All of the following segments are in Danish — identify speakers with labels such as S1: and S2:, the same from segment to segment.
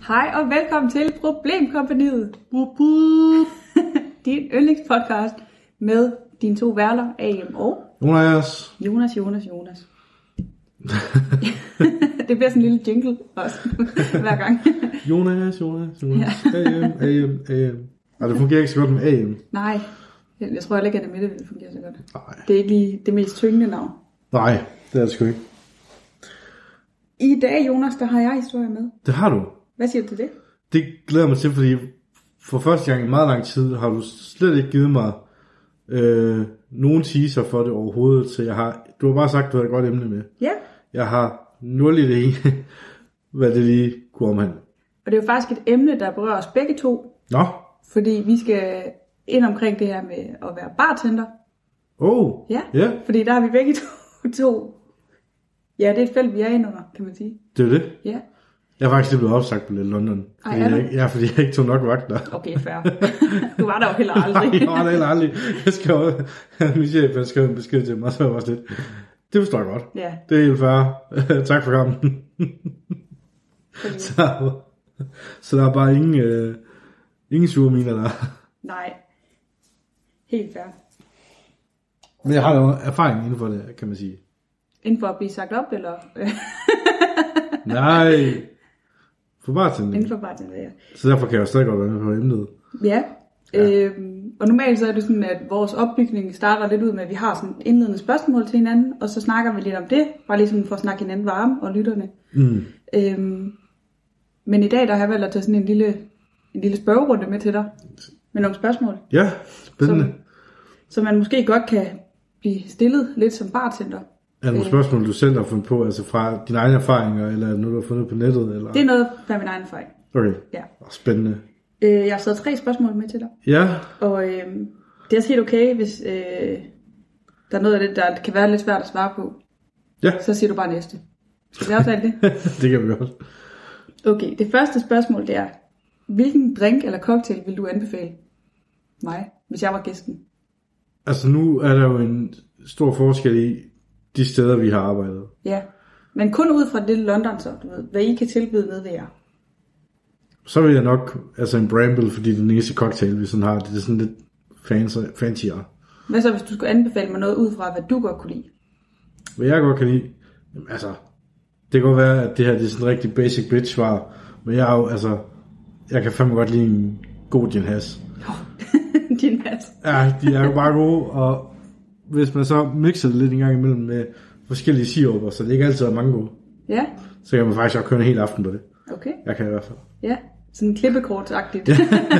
S1: Hej og velkommen til Problemkompagniet. Din yndlingspodcast med dine to værter, AM og Jonas. Det bliver sådan en lille jingle også hver gang.
S2: Jonas. AM. Ej, det fungerer ikke så godt med AM.
S1: Nej, jeg tror heller ikke, at det med det vil fungere så godt.
S2: Nej.
S1: Det er ikke lige det mest tyngende navn.
S2: Nej, det er det sgu ikke.
S1: I dag, Jonas, der har jeg historie med.
S2: Det har du.
S1: Hvad siger du til det?
S2: Det glæder mig til, fordi for første gang i meget lang tid har du slet ikke givet mig nogen teaser for det overhovedet. Så du har bare sagt, at du havde et godt emne med.
S1: Ja.
S2: Jeg har 0 idé, hvad det lige kunne omhandle.
S1: Og det er jo faktisk et emne, der berører os begge to.
S2: Nå.
S1: Fordi vi skal ind omkring det her med at være bartender.
S2: Ja.
S1: Fordi der har vi begge to. Ja, det er et felt, vi er inde under, kan man sige.
S2: Det er det?
S1: Ja.
S2: Jeg er faktisk lige blevet opsagt på Little London. Fordi jeg ikke tog nok vagter.
S1: Okay, fair. Du var der jo heller aldrig.
S2: Nej, jeg var der heller aldrig. Min chef skrev en besked til mig, så var jeg også lidt. Det forstår jeg godt.
S1: Ja.
S2: Det er helt fair. Tak for kampen. Så der er bare ingen sure miner der. Nej.
S1: Helt fair.
S2: Men jeg har jo erfaring inden for det, kan man sige.
S1: Inden for at blive sagt op, eller?
S2: Nej. For bartender.
S1: Inden for bartender, ja.
S2: Så derfor kan jeg jo stadig godt være med på emnet.
S1: Ja. Og normalt så er det sådan, at vores opbygning starter lidt ud med, at vi har sådan indledende spørgsmål til hinanden, og så snakker vi lidt om det, bare ligesom for at snakke hinanden varme og lytterne. Men i dag, der har jeg valgt at tage sådan en lille spørgerunde med til dig, med nogle spørgsmål.
S2: Ja, spændende.
S1: Så man måske godt kan blive stillet lidt som bartender.
S2: Er der nogle spørgsmål, du selv har fundet på, altså fra dine egne erfaringer, eller er det noget, du har fundet på nettet? Eller?
S1: Det er noget fra min egen erfaring.
S2: Okay,
S1: ja.
S2: Spændende.
S1: Jeg har taget 3 spørgsmål med til dig.
S2: Ja.
S1: Og det er også helt okay, hvis der er noget af det, der kan være lidt svært at svare på.
S2: Ja.
S1: Så siger du bare næste. Skal vi aftale det?
S2: Det kan vi godt.
S1: Okay, det første spørgsmål det er, hvilken drink eller cocktail vil du anbefale mig, hvis jeg var gæsten?
S2: Altså nu er der jo en stor forskel i de steder, vi har arbejdet.
S1: Ja, men kun ud fra Little London, så du ved, hvad I kan tilbyde med ved jer.
S2: Så vil jeg nok, altså en Bramble, fordi den eneste cocktail, vi sådan har, det er sådan lidt fancier.
S1: Hvad så, hvis du skulle anbefale mig noget ud fra, hvad du godt kunne lide?
S2: Hvad jeg godt kan lide? Jamen, altså, det kan godt være, at det her det er sådan en rigtig basic bitch svar, men jeg er jo, altså, jeg kan fandme godt lide en god gin hash.
S1: Gin hash?
S2: Ja, de er jo bare gode, og hvis man så mixer det lidt en gang imellem med forskellige siruper, så det ikke altid er mango,
S1: ja.
S2: Så kan man faktisk også køre en hel aften på det.
S1: Okay.
S2: Jeg kan i hvert fald.
S1: Ja, sådan klippekortsagtigt.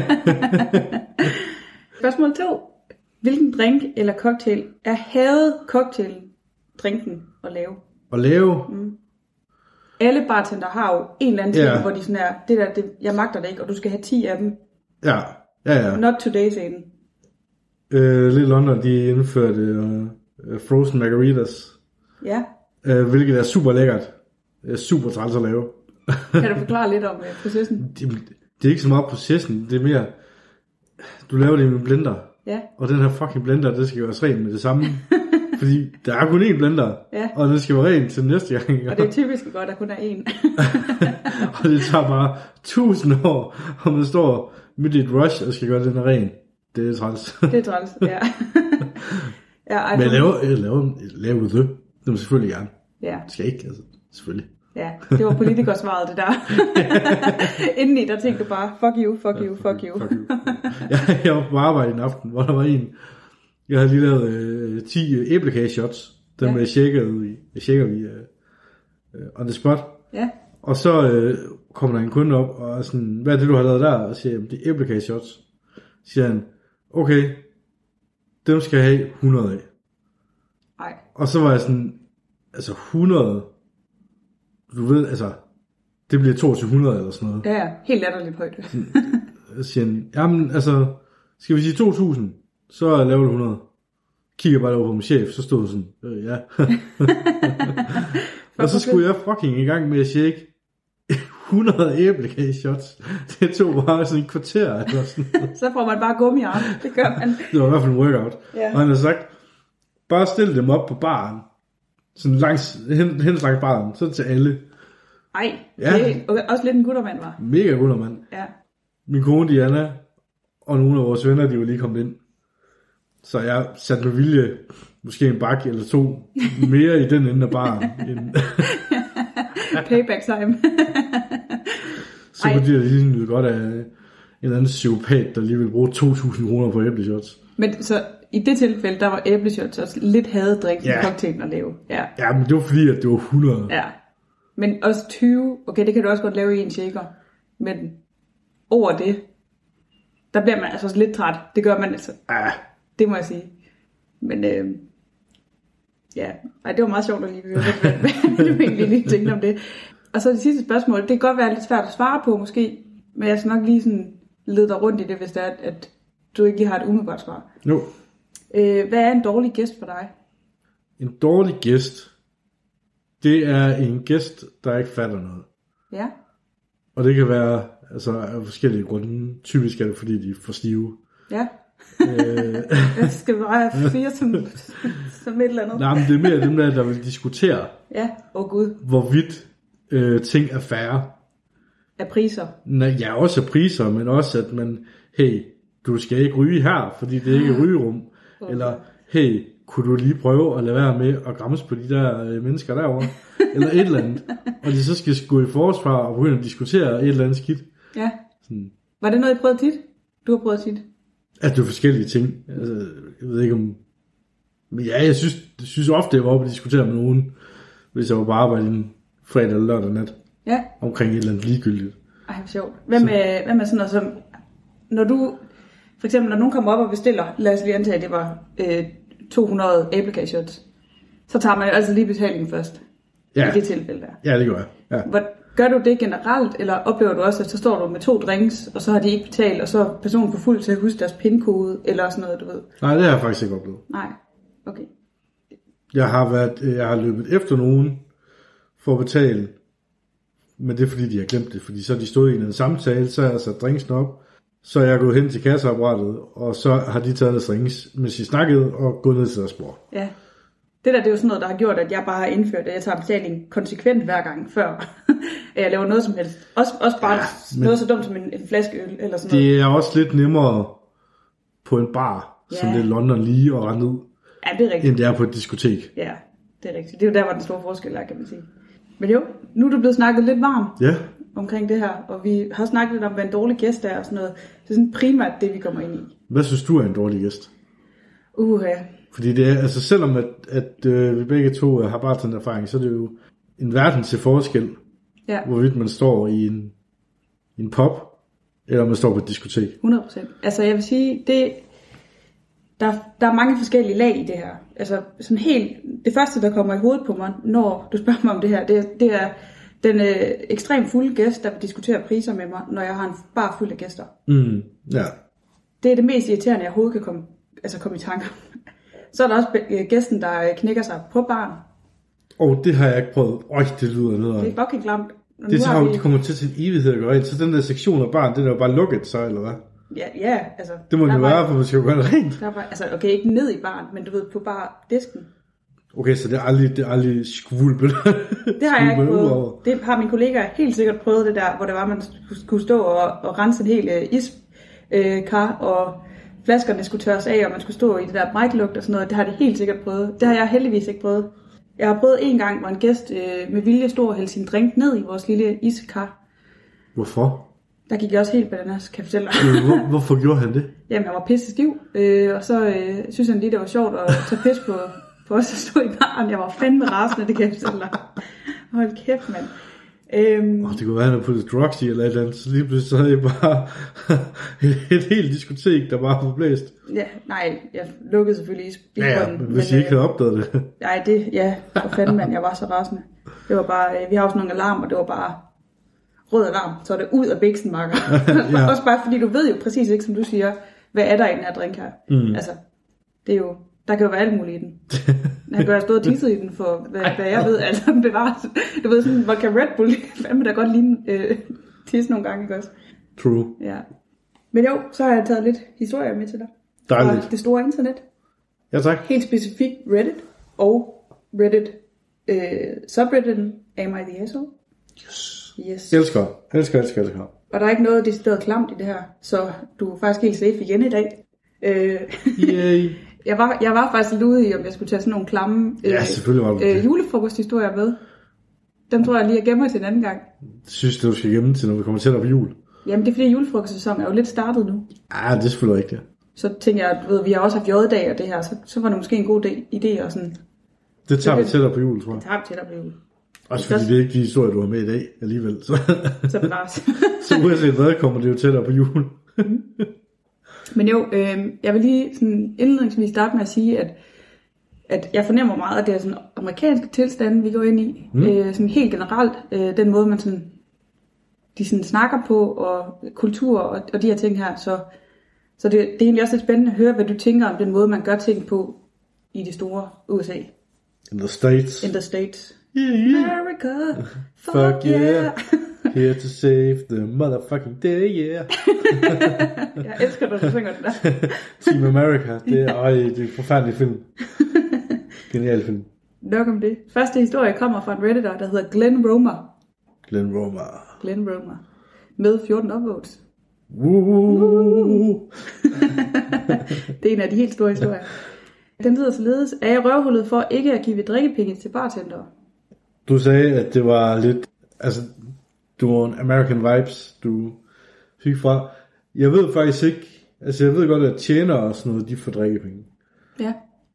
S1: Spørgsmål 2. Hvilken drink eller cocktail er hadet cocktail-drinken at lave?
S2: At lave?
S1: Alle bartender har jo en eller anden ting, hvor de sådan er, jeg magter det ikke, og du skal have 10 af dem.
S2: Ja.
S1: Not today, sagde den.
S2: Little London, de indførte frozen margaritas.
S1: Ja.
S2: Hvilket er super lækkert. Super træls at lave.
S1: Kan du forklare lidt om processen?
S2: Det er ikke så meget processen, det er mere, du laver det i en blender.
S1: Ja. Og
S2: den her fucking blender, det skal være ren med det samme. Fordi der er kun én blender, og den skal være ren til næste gang.
S1: Og det er typisk godt, at der kun er én.
S2: Og det tager bare 1000 år, og man står midt i et rush og skal gøre den ren. Det er træls.
S1: Det er træls, ja.
S2: Men jeg laver det. Det må selvfølgelig gerne.
S1: Ja.
S2: Det skal ikke, altså. Selvfølgelig.
S1: Ja, det var politikersvaret, det der. Indeni, der tænkte du bare, fuck you.
S2: Jeg var på arbejde en aften, hvor der var en, jeg havde lige lavet 10 æblekage-shots, dem jeg tjekker vi on the spot.
S1: Ja.
S2: Og så kommer der en kunde op, og sådan, hvad er det, du har lavet der? Og siger, det er æblekage-shots. Siger han, okay, dem skal jeg have 100 af.
S1: Ej.
S2: Og så var jeg sådan, altså 100, du ved, altså, det bliver 2200 eller sådan noget.
S1: Ja, helt latterligt højt.
S2: Så siger han, jamen, altså, skal vi sige 2000, så laver du 100. Kigger bare over på min chef, så stod sådan, ja. Og så skulle jeg fucking i gang med at shake 100 æblekage-shots. Det tog bare sådan en kvarter. Eller sådan.
S1: Så får man bare gummiarm. Det gør man.
S2: Det var i hvert fald en workout.
S1: Ja.
S2: Og han har sagt, bare stil dem op på baren. Sådan langs baren. Så til alle.
S1: Ej,
S2: Ja.
S1: det er også lidt en guttermand, var.
S2: Mega guttermand.
S1: Ja.
S2: Min kone Diana og nogle af vores venner, de var lige kommet ind. Så jeg satte med vilje måske en bakke eller to mere i den ende af baren.
S1: Payback time.
S2: Så kunne de lige nyde godt af en eller anden psykopat, der lige ville bruge 2.000 kroner på æbleshots.
S1: Men så i det tilfælde, der var æbleshots også lidt hadedrik som cocktailen at lave. Ja.
S2: Ja, men det var fordi, at det var 100.
S1: Ja. Men også 20, okay, det kan du også godt lave i en shaker. Men over det, der bliver man altså lidt træt. Det gør man altså.
S2: Ja.
S1: Det må jeg sige. Men ja, ej, det var meget sjovt at lige høre, hvad du egentlig lige tænkte om det. Og så det sidste spørgsmål, det kan godt være lidt svært at svare på måske, men jeg skal nok lige sådan lede dig rundt i det, hvis det er, at du ikke lige har et umiddelbart svar.
S2: Jo.
S1: Hvad er en dårlig gæst for dig?
S2: En dårlig gæst, det er en gæst, der ikke fatter noget.
S1: Ja.
S2: Og det kan være altså, af forskellige grunde. Typisk er det, fordi de er for stive.
S1: Ja. Jeg skal bare fire som et eller andet.
S2: Nej, men det er mere dem der vil diskutere,
S1: Ja, Gud.
S2: hvorvidt ting er færre.
S1: Af priser.
S2: Ja, også af priser, men også at man, hey, du skal ikke ryge her, fordi det er ikke rygerum. Okay. Eller, hey, kunne du lige prøve at lade være med at græmse på de der mennesker derovre? Eller et eller andet. Og de så skal gå i forsvar og begynde at diskutere et eller andet skidt.
S1: Ja. Sådan. Var det noget, I prøvede tit? Du har prøvet tit?
S2: At det er forskellige ting. Altså, jeg ved ikke om... Men ja, jeg synes ofte, jeg var oppe og diskutere med nogen, hvis jeg var på arbejde en fredag eller lørdag nat.
S1: Ja.
S2: Omkring et eller andet ligegyldigt.
S1: Ej, hvor sjovt. Hvad med sådan noget som... Når du... For eksempel, når nogen kommer op og bestiller, lad os lige antage, at det var 200 æblekage-shots, så tager man altid lige betalingen først.
S2: Ja.
S1: I det tilfælde der.
S2: Ja, det gør jeg. Ja.
S1: Gør du det generelt, eller oplever du også, at så står du med 2 drinks, og så har de ikke betalt, og så er personen for fuld til at huske deres pindkode, eller sådan noget, du ved?
S2: Nej, det har jeg faktisk ikke oplevet.
S1: Nej, okay.
S2: Jeg har løbet efter nogen for at betale, men det er fordi, de har glemt det, fordi så er de stået i en samtale, så har jeg sat drinksen op, så er jeg gået hen til kasseapparatet, og så har de taget deres drinks, mens de snakkede, og gået ned til deres bord. Ja.
S1: Det er jo sådan noget, der har gjort, at jeg bare har indført, at jeg tager betaling konsekvent hver gang, før jeg laver noget som helst. Også bare noget så dumt som en flaske øl, eller sådan noget.
S2: Det er også lidt nemmere på en bar, som det er London lige at rende ud,
S1: ja, det er rigtigt,
S2: end det er på et diskotek.
S1: Ja, det er rigtigt. Det er jo der, hvor den store forskel er, kan man sige. Men jo, nu er du blevet snakket lidt varm omkring det her, og vi har snakket lidt om, hvad en dårlig gæst er og sådan noget. Det er sådan primært det, vi kommer ind i. Hvad
S2: synes du er en dårlig gæst?
S1: Ja.
S2: Fordi det er, altså selvom at vi begge to har bartenderfaring, så er det jo en verden til forskel, hvorvidt man står i en pub, eller man står på et diskotek.
S1: 100%. Altså jeg vil sige, der er mange forskellige lag i det her. Altså sådan helt, det første, der kommer i hovedet på mig, når du spørger mig om det her, det er den ekstremt fulde gæst, der vil diskutere priser med mig, når jeg har en bar fuld af gæster.
S2: Ja.
S1: Det er det mest irriterende, jeg overhovedet kan komme i tanker. Så er der også gæsten, der knækker sig på baren.
S2: Det har jeg ikke prøvet. Det lyder noget.
S1: Det er fucking klamt.
S2: Det kommer til en evighed at gøre ind. Så den der sektion af baren, det er jo bare lukket så, eller hvad?
S1: Ja, altså.
S2: Det må det jo være, for man skal jo gøre det rent.
S1: Okay, ikke ned i baren, men du ved, på disken.
S2: Okay, så det er aldrig skvulpet.
S1: Det har jeg ikke prøvet. Det har mine kollegaer helt sikkert prøvet, det der, hvor det var, man skulle stå og rense en hel iskar, og flaskerne skulle tørres af, og man skulle stå i det der bræklugt og sådan noget. Det har de helt sikkert prøvet. Det har jeg heldigvis ikke prøvet. Jeg har prøvet en gang, hvor en gæst med vilje stod og hældte sin drink ned i vores lille iskar.
S2: Hvorfor?
S1: Der gik jeg også helt bananas, kan jeg fortælle dig.
S2: Hvorfor gjorde han det?
S1: Jamen, han var pisse stiv, og så synes han lige, det var sjovt at tage pis på os, der stod i baren. Jeg var fandme rasende, det kan jeg fortælle dig. Hold kæft, mand.
S2: Det kunne være, at han havde puttet drugs i eller et eller andet, så lige pludselig så havde jeg bare et helt diskotek, der bare var blæst.
S1: Ja, nej, jeg lukkede selvfølgelig
S2: men hvis I ikke havde opdaget det.
S1: Nej, for fanden, mand, jeg var så rasende. Det var bare, vi har også nogle alarmer, det var bare rød alarm, så er det ud af biksen, makker. Også bare fordi du ved jo præcis ikke, som du siger, hvad er der i den her drink her. Altså, det er jo, der kan jo være alt muligt i den. Han kan have stået og tisset i den, for hvad jeg ved, altså bevares. Du ved sådan, vodka Red Bull, fandme da godt ligne tisse nogle gange, ikke også?
S2: True.
S1: Ja. Men jo, så har jeg taget lidt historie med til dig.
S2: Dejligt.
S1: Fra det store internet.
S2: Ja, tak.
S1: Helt specifikt Reddit og Reddit subredditen Am I the Asshole? Yes.
S2: Elsker.
S1: Og der er ikke noget decideret klamt i det her, så du er faktisk helt safe igen i dag.
S2: Yay.
S1: Jeg var faktisk lidt ude i, om jeg skulle tage sådan nogle klamme
S2: selvfølgelig var det
S1: julefrokosthistorier med. Dem tror jeg lige, jeg gemmer til en anden gang.
S2: Synes du skal gemme til, når vi kommer tættere på jul?
S1: Jamen det er fordi julefrokostsæsonen er jo lidt startet nu.
S2: Det er selvfølgelig rigtigt.
S1: Så tænker jeg, vi har også haft jødedag og det her, så var det måske en god idé og sådan.
S2: Det tager vi tættere på jul, tror jeg.
S1: Det tager vi tættere på jul.
S2: Også fordi det er ikke de historier, du har med i dag alligevel.
S1: Så bevares.
S2: Så uanset hvad, kommer det jo tættere på jul.
S1: Men jo, jeg vil lige sådan indledningsvis starte med at sige, at jeg fornemmer meget, at det er sådan amerikanske tilstande, vi går ind i. Sådan helt generelt, den måde, man sådan, de sådan snakker på, og kultur og de her ting her. Så det er egentlig også lidt spændende at høre, hvad du tænker om den måde, man gør ting på i det store USA.
S2: In the States.
S1: In the States.
S2: Yeah.
S1: America,
S2: fuck yeah. Here to save the motherfucking day, yeah.
S1: Jeg elsker, når du synger den der.
S2: Team America, det er en forfærdelig film. Genial film.
S1: Nok om det. Første historie kommer fra en redditor, der hedder Glenn Romer.
S2: Glenn Romer.
S1: Med 14 upvotes. Det er en af de helt store historier. Den lyder således: er jeg røvhullet for ikke at give drikkepenge til bartendere?
S2: Du sagde, at det var lidt, altså, du var en American vibes, du fik fra. Jeg ved faktisk ikke, altså jeg ved godt, at tjenere og sådan noget, de får drikkepenge.
S1: Ja.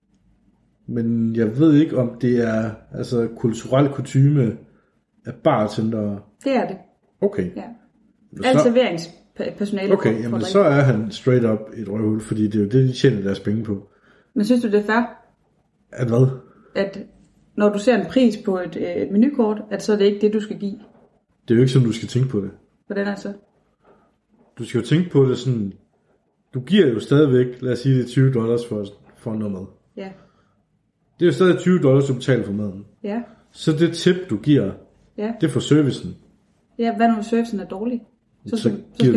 S2: Men jeg ved ikke, om det er altså kulturel kutyme af bartendere.
S1: Det er det.
S2: Okay.
S1: Ja. Alt serveringspersonale.
S2: Okay, jamen så er han straight up et røvhul, fordi det er jo det, de tjener deres penge på. Men
S1: synes du, det er fair?
S2: At hvad?
S1: At når du ser en pris på et menukort, at så er det ikke det, du skal give.
S2: Det er jo ikke sådan, du skal tænke på det.
S1: Hvordan er det så?
S2: Du skal jo tænke på det sådan, du giver jo stadigvæk, lad os sige det $20 for noget mad.
S1: Ja.
S2: Det er jo stadig $20, du betaler for maden.
S1: Ja.
S2: Så det tip, du giver, det er for servicen.
S1: Ja, hvad når servicen er dårlig?
S2: Så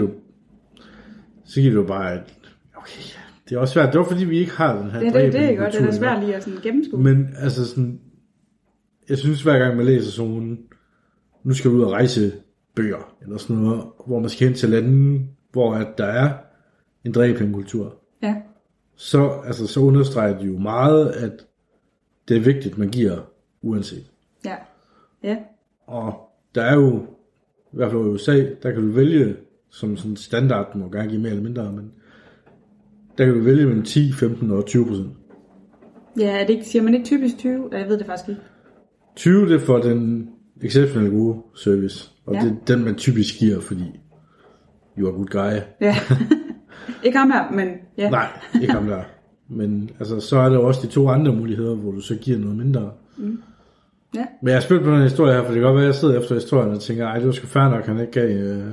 S2: giver du bare et, okay, det er også svært. Det var fordi, vi ikke har den her
S1: det er godt, det er svært lige at sådan gennemskue.
S2: Men altså sådan, jeg synes hver gang man læser sådan nogle, nu skal jeg ud og rejse bøger, eller sådan noget, hvor man skal hen til lande, hvor at der er en drikkepengekultur.
S1: Ja.
S2: Så understreger de jo meget, at det er vigtigt, at man giver uanset.
S1: Ja. Ja.
S2: Og der er jo, i hvert fald i USA, der kan du vælge, som sådan standard, du må gerne give mere eller mindre, men der kan du vælge mellem 10, 15 og 20%.
S1: Ja, er det ikke, siger man ikke typisk 20? Jeg ved det faktisk ikke.
S2: 20 det er for den exceptionelt gode service, og det er den, man typisk giver, fordi you are a good guy.
S1: Ja, ikke ham her, men ja.
S2: Nej, ikke ham der. Men altså, så er der også de to andre muligheder, hvor du så giver noget mindre.
S1: Mm. Ja.
S2: Men jeg har spillet på den historie her, for det kan godt være, at jeg sidder efter historien og tænker, det var sgu fair nok, han ikke gav...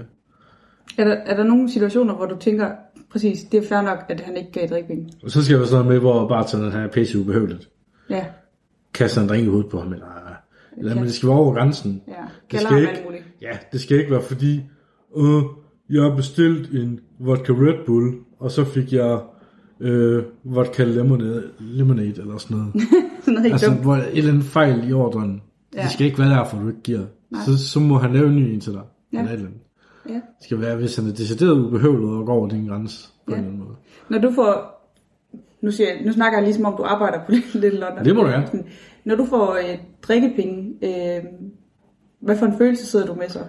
S1: Er der nogle situationer, hvor du tænker, præcis, det er fair nok, at han ikke gav drikkepenge?
S2: Og så skal jeg være sådan med, hvor bartenderen her er pisse ubehøveligt.
S1: Ja.
S2: Kaster en drink i hovedet på ham, eller men det skal være over grænsen.
S1: Ja,
S2: det skal ikke, det skal ikke være fordi, jeg har bestilt en vodka Red Bull, og så fik jeg vodka lemonade eller sådan noget. Altså, hvor et eller andet fejl i ordren. Ja. Det skal ikke være derfor, du ikke giver. Så må han lave en ny en til dig. Ja. Eller et eller andet. Ja. Det skal være, hvis han er decideret ubehøvlet og går over din grænse på en eller anden måde.
S1: Når du får, nu snakker jeg ligesom om, du arbejder på Little London.
S2: Det må du gerne.
S1: Når du får drikkepenge, hvad for en følelse sidder du med så?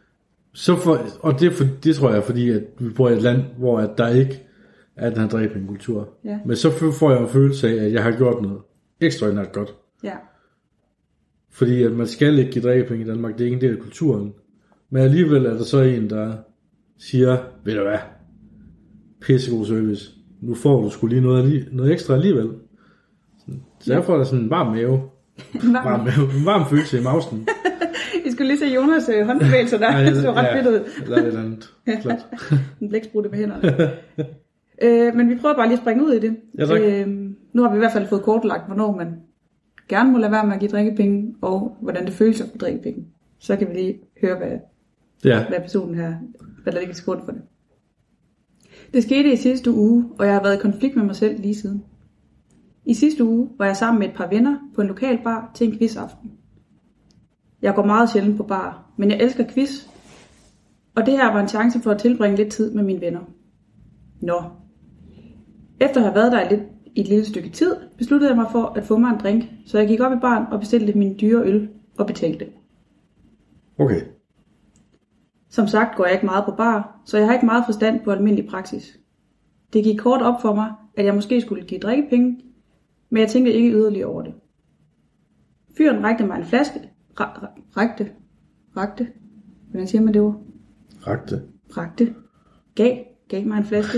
S2: Og det tror jeg, fordi at vi bor i et land, hvor at der ikke er den her drikkepengekultur. Ja. Men så får jeg en følelse af, at jeg har gjort noget ekstraordinært godt. Ja. Fordi at man skal ikke give drikkepenge i Danmark, det er ikke en del af kulturen. Men alligevel er der så en, der siger, ved du hvad, pissegod service. Nu får du sgu lige noget ekstra alligevel. Så jeg får da sådan en varm mave. En varm følelse i mausen.
S1: I skulle lige se Jonas håndbevægelser der. Det så ret fedt ud.
S2: Eller et eller andet. Flot.
S1: En blæksprutte med hænderne. Men vi prøver bare lige at springe ud i det.
S2: Ja,
S1: nu har vi i hvert fald fået kortlagt, hvornår man gerne må lade være med at give drikkepenge, og hvordan det føles at få drikkepenge. Så kan vi lige høre, hvad personen her, hvad der ligger til grund for det. Det skete i sidste uge, og jeg har været i konflikt med mig selv lige siden. I sidste uge var jeg sammen med et par venner på en lokal bar til en quizaften. Jeg går meget sjældent på bar, men jeg elsker quiz. Og det her var en chance for at tilbringe lidt tid med mine venner. Nå. Efter at have været der i et lille stykke tid, besluttede jeg mig for at få mig en drink, så jeg gik op i baren og bestilte min dyre øl og betalte.
S2: Okay.
S1: Som sagt går jeg ikke meget på bar, så jeg har ikke meget forstand på almindelig praksis. Det gik kort op for mig, at jeg måske skulle give drikkepenge, men jeg tænkte ikke yderligere over det. Fyren rakte mig en flaske. Rakte? Hvordan siger man det ord? Rakte. Gav mig en flaske.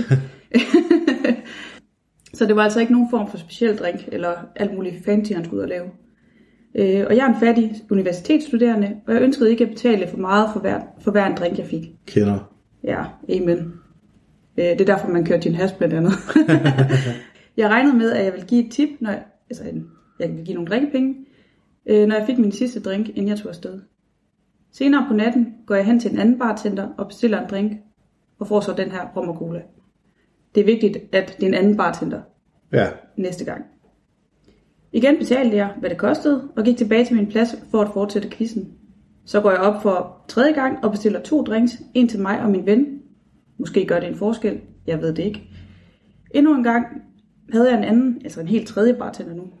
S1: Så det var altså ikke nogen form for speciel drink, eller alt muligt fancy, han skulle ud og lave. Og jeg er en fattig universitetsstuderende, og jeg ønskede ikke at betale for meget for hver en drink, jeg fik.
S2: Kender.
S1: Ja, amen. Det er derfor, man kører gin hash blandt andet. Jeg regnede med, at jeg ville give et tip, jeg ville give nogle drikkepenge, når jeg fik min sidste drink, inden jeg tog afsted. Senere på natten går jeg hen til en anden bartender og bestiller en drink, og får så den her rom og cola. Det er vigtigt, at det er en anden bartender næste gang. Igen betalte jeg, hvad det kostede, og gik tilbage til min plads for at fortsætte quizzen. Så går jeg op for tredje gang og bestiller 2 drinks, en til mig og min ven. Måske gør det en forskel, jeg ved det ikke. Endnu en gang havde jeg en anden, altså en helt tredje bartender nu,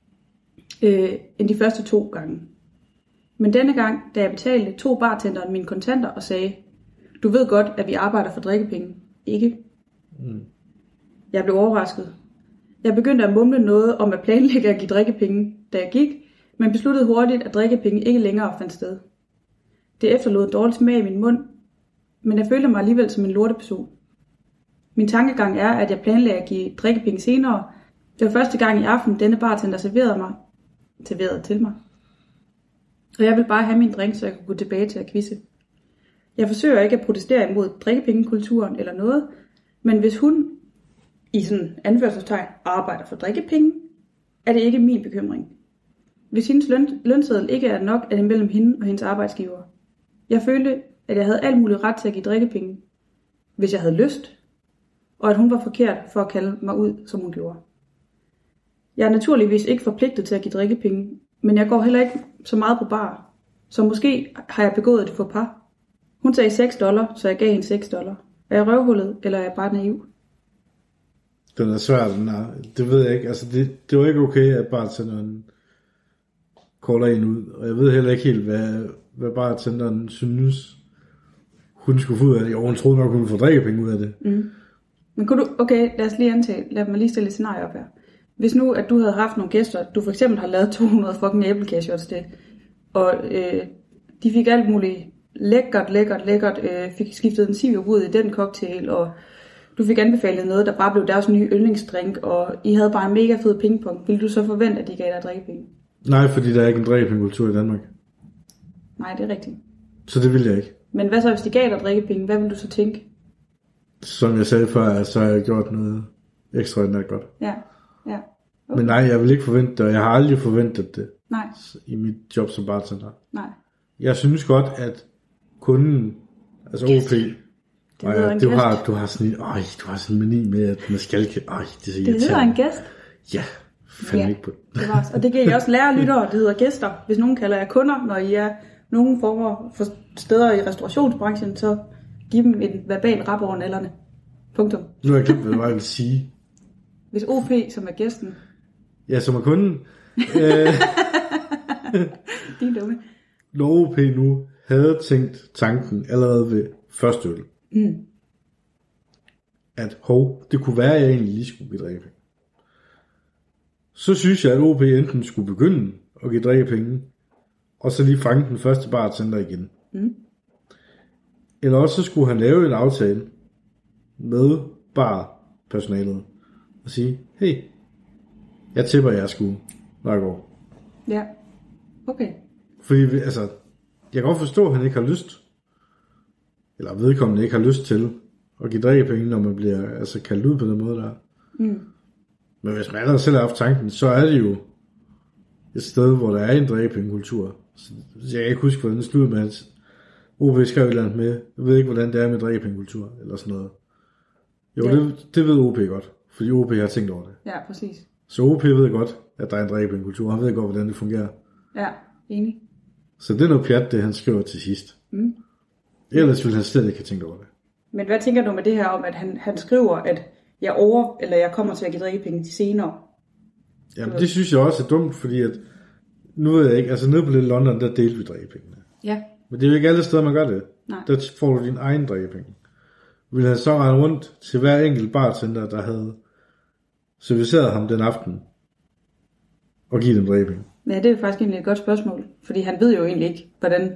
S1: end de første 2 gange. Men denne gang, da jeg betalte, tog bartenderen mine kontanter og sagde, du ved godt, at vi arbejder for drikkepenge, ikke? Jeg blev overrasket. Jeg begyndte at mumle noget om at planlægge at give drikkepenge, da jeg gik, men besluttede hurtigt, at drikkepenge ikke længere fandt sted. Det efterlod en dårlig smag i min mund, men jeg følte mig alligevel som en lorteperson. Min tankegang er, at jeg planlagde at give drikkepenge senere. Det var første gang i aften, denne bartender serverede til mig. Og jeg ville bare have min drink, så jeg kunne gå tilbage til at quizze. Jeg forsøger ikke at protestere imod drikkepengekulturen eller noget, men hvis hun i sådan anførselstegn arbejder for drikkepenge, er det ikke min bekymring. Hvis hendes lønseddel ikke er nok, er det mellem hende og hendes arbejdsgiver. Jeg følte, at jeg havde alt muligt ret til at give drikkepenge, hvis jeg havde lyst, og at hun var forkert for at kalde mig ud, som hun gjorde. Jeg er naturligvis ikke forpligtet til at give drikkepenge, men jeg går heller ikke så meget på bar, så måske har jeg begået et faux pas. Hun sagde $6, så jeg gav hende $6. Er jeg røvhullet, eller er jeg bare naiv?
S2: Den er svær, den er. Det ved jeg ikke. Altså, det var ikke okay, at bartenderen kolder en ud. Og jeg ved heller ikke helt, hvad bartenderen synes, hun skulle få ud af det. Og hun troede nok, hun ville få drikkepenge ud af det.
S1: Mm. Men lad os lige antage. Lad mig lige stille et scenarie op her. Hvis nu, at du havde haft nogle gæster, du for eksempel har lavet 200 fucking æblekage-shots til, og de fik alt muligt lækkert, fik skiftet en sirup ud i den cocktail, og du fik anbefalet noget, der bare blev deres nye yndlingsdrink, og I havde bare en mega fed pingpong. Ville du så forvente, at de gav dig drikkepenge?
S2: Nej, fordi der er ikke en drikkepengekultur i Danmark.
S1: Nej, det er rigtigt.
S2: Så det vil jeg ikke.
S1: Men hvad så, hvis de gav dig drikkepenge? Hvad ville du så tænke?
S2: Som jeg sagde før, så har jeg gjort noget ekstraordinært godt.
S1: Ja. Okay.
S2: Men nej, jeg vil ikke forvente det, og jeg har aldrig forventet det.
S1: Nej.
S2: I mit job som bartender.
S1: Nej.
S2: Jeg synes godt, at kunden, altså OP, du har sådan en mani med, at man skal ikke, det er så irriterende.
S1: Det hedder en gæst.
S2: Ja, fandme ikke på
S1: det var, og det kan I også lære lyttere, det hedder gæster. Hvis nogen kalder jer kunder, når I er nogen former for steder i restaurationsbranchen, så giv dem en verbal rap over nallerne. Punktum.
S2: Nu har jeg glemt, hvad jeg vil sige.
S1: Hvis OP, som er gæsten.
S2: Ja, som er kunden.
S1: Din dumme.
S2: Når OP nu havde tænkt tanken allerede ved første øl, at det kunne være, at jeg egentlig lige skulle give drikkepenge. Så synes jeg, at OP enten skulle begynde at give drikkepenge, og så lige fange den første bartender igen. Eller også så skulle han lave en aftale med barpersonalet og sige, hey, jeg tipper jer sgu, når jeg går.
S1: Ja, okay.
S2: Fordi, altså, jeg kan godt forstå, at han ikke har lyst, eller vedkommende ikke har lyst til at give drikkepenge, når man bliver kaldt ud på den måde der. Men hvis man allerede selv har haft tanken, så er det jo et sted, hvor der er en drikkepengekultur. Så jeg kan ikke huske, hvordan det slutter med, at OP skrev et eller andet med. Jeg ved ikke, hvordan det er med drikkepengekultur, eller sådan noget. Jo, ja. det ved OP godt, fordi OP har tænkt over det.
S1: Ja, præcis.
S2: Så OP ved godt, at der er en drikkepengekultur, han ved godt, hvordan det fungerer.
S1: Ja, enig.
S2: Så det er noget pjat, det han skriver til sidst. Ellers ville han slet ikke have tænkt over det.
S1: Men hvad tænker du med det her om, at han skriver, at jeg kommer til at give drikkepenge til senere?
S2: Jamen det synes jeg også er dumt, fordi at, nu ved jeg ikke, altså nede på Little London, der delte vi drikkepengene.
S1: Ja.
S2: Men det er jo ikke alle steder, man gør det.
S1: Nej.
S2: Der får du din egen drikkepenge. Ville han så rende rundt til hver enkelt bartender, der havde serviceret ham den aften, og give dem drikkepenge?
S1: Ja, det er faktisk egentlig et godt spørgsmål. Fordi han ved jo egentlig ikke,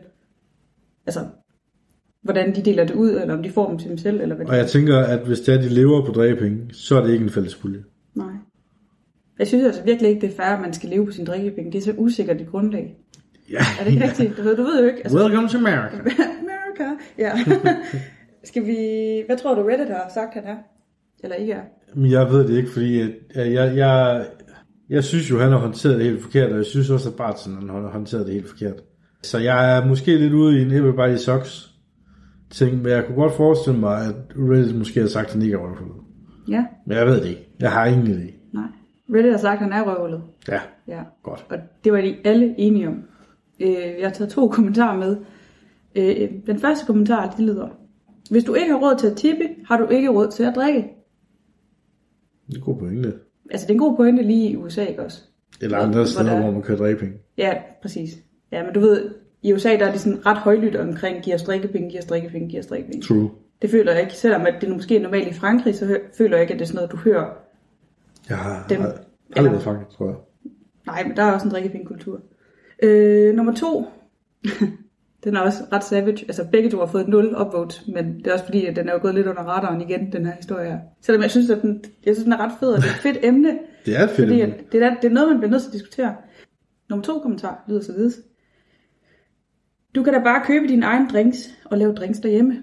S1: hvordan de deler det ud, eller om de får dem til dem selv, eller hvad
S2: Og jeg tænker, at hvis det er, de lever på drikkepenge, så er det ikke en fælles pulje.
S1: Nej. Jeg synes altså virkelig ikke, det er fair, at man skal leve på sin drikkepenge. Det er så usikkert i grundlag.
S2: Ja.
S1: Er det ikke rigtigt? Du ved jo ikke.
S2: Welcome to America.
S1: America, ja. Hvad tror du Reddit har sagt, han er? Eller ikke er?
S2: Men jeg ved det ikke, fordi jeg synes jo, han har håndteret det helt forkert, og jeg synes også, at bartenderen har håndteret det helt forkert. Så jeg er måske lidt ude i en everybody sucks ting, men jeg kunne godt forestille mig, at Reddit måske har sagt, at han ikke er røvhullet.
S1: Ja.
S2: Men jeg ved det ikke. Jeg har ingen idé.
S1: Nej. Reddit har sagt, at han er røvhullet.
S2: Ja, godt.
S1: Og det var de alle enige om. Jeg har taget 2 kommentarer med. Den første kommentar, det lyder: hvis du ikke har råd til at tippe, har du ikke råd til at drikke.
S2: Det er en god pointe.
S1: Altså, det er en god pointe lige i USA, ikke også?
S2: Eller andre steder, hvor man kan drikke penge.
S1: Ja, præcis. Ja, men du ved, i USA, der er de sådan ret højlydt omkring, giver os drikkepenge, giver os drikkepenge, giver os drikkepenge.
S2: True.
S1: Det føler jeg ikke, selvom at det måske er normalt i Frankrig, så føler jeg ikke, at det er sådan noget, du hører.
S2: Jeg har aldrig været i Frankrig, tror jeg.
S1: Nej, men der er også en drikkepengekultur. Nummer 2, den er også ret savage. Altså begge to har fået 0 upvotes, men det er også fordi, at den er jo gået lidt under radaren igen, den her historie her. Selvom jeg synes, at den er ret fed, og det er et fedt emne.
S2: Det er et fedt emne.
S1: Det er noget, man bliver nødt til at diskutere. Nummer 2 kommentar lyder således: du kan da bare købe dine egne drinks og lave drinks derhjemme.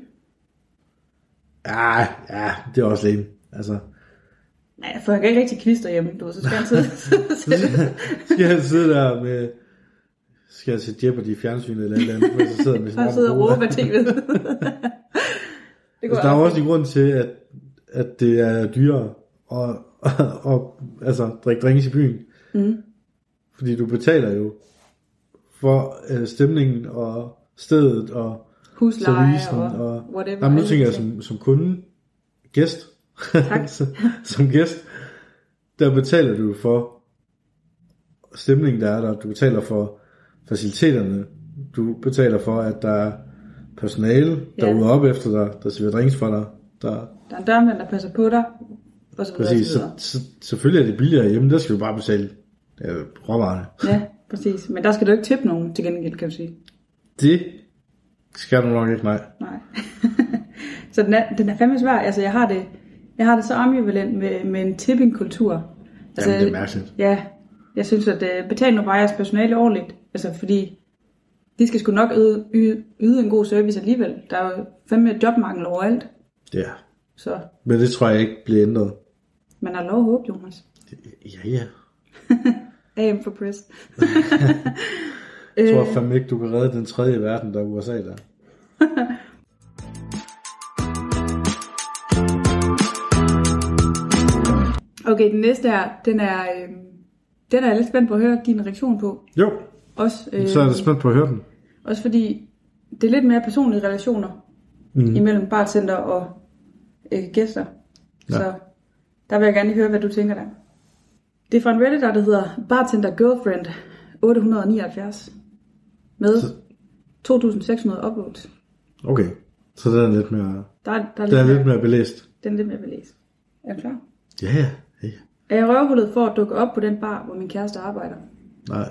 S2: Ja, det er også lame. Altså.
S1: Nej, for jeg kan ikke rigtig quiz derhjemme, så skal han sidde.
S2: Skal han sidde der med... Skal jeg se Jeopardy i fjernsynet eller et eller andet, så sidder med sådan
S1: en sidder og råber af tv'et.
S2: Der er også en grund til, at det er dyrere og altså drikke drinks i byen. Fordi du betaler jo for stemningen og stedet og
S1: husleje og whatever.
S2: Jamen, nu tænker jeg som kunde, gæst.
S1: Tak.
S2: Som gæst, der betaler du for stemningen, der er der. Du betaler for faciliteterne. Du betaler for, at der er personale, der rydder op efter dig, der serverer drinks for dig. Der
S1: er en dørmand, der passer på dig. Og så
S2: præcis, så selvfølgelig er det billigere hjemme. Der skal du bare betale råvarerne.
S1: Ja, præcis. Men der skal du ikke tippe nogen til gengæld, kan du sige.
S2: Det skal du nok ikke, nej.
S1: Så den er fandme svær. Altså, jeg har det så ambivalent med en tipping-kultur. Altså,
S2: jamen, det er mærkeligt.
S1: Ja, jeg synes, at betal nu bare jeres personale ordentligt. Altså, fordi de skal sgu nok yde en god service alligevel. Der er jo fandme jobmangel overalt.
S2: Ja.
S1: Så.
S2: Men det tror jeg ikke bliver ændret.
S1: Man har lov at håbe, Jonas.
S2: Ja.
S1: AM for press.
S2: Jeg tror fandme ikke, du kan redde den tredje verden, der er USA der.
S1: Okay, den næste her, den er jeg lidt spændt på at høre din reaktion på.
S2: Jo,
S1: også,
S2: så er jeg spændt på at høre den.
S1: Også fordi det er lidt mere personlige relationer imellem bartender og gæster. Ja. Så der vil jeg gerne lige høre, hvad du tænker der. Det er fra en Reddit, der hedder Bartender Girlfriend 879 med 2.600 upvotes.
S2: Okay, så den er lidt mere,
S1: der
S2: er lidt mere belæst.
S1: Den er lidt mere belæst. Er du klar?
S2: Ja.
S1: Er jeg røvhullet for at dukke op på den bar, hvor min kæreste arbejder?
S2: Nej.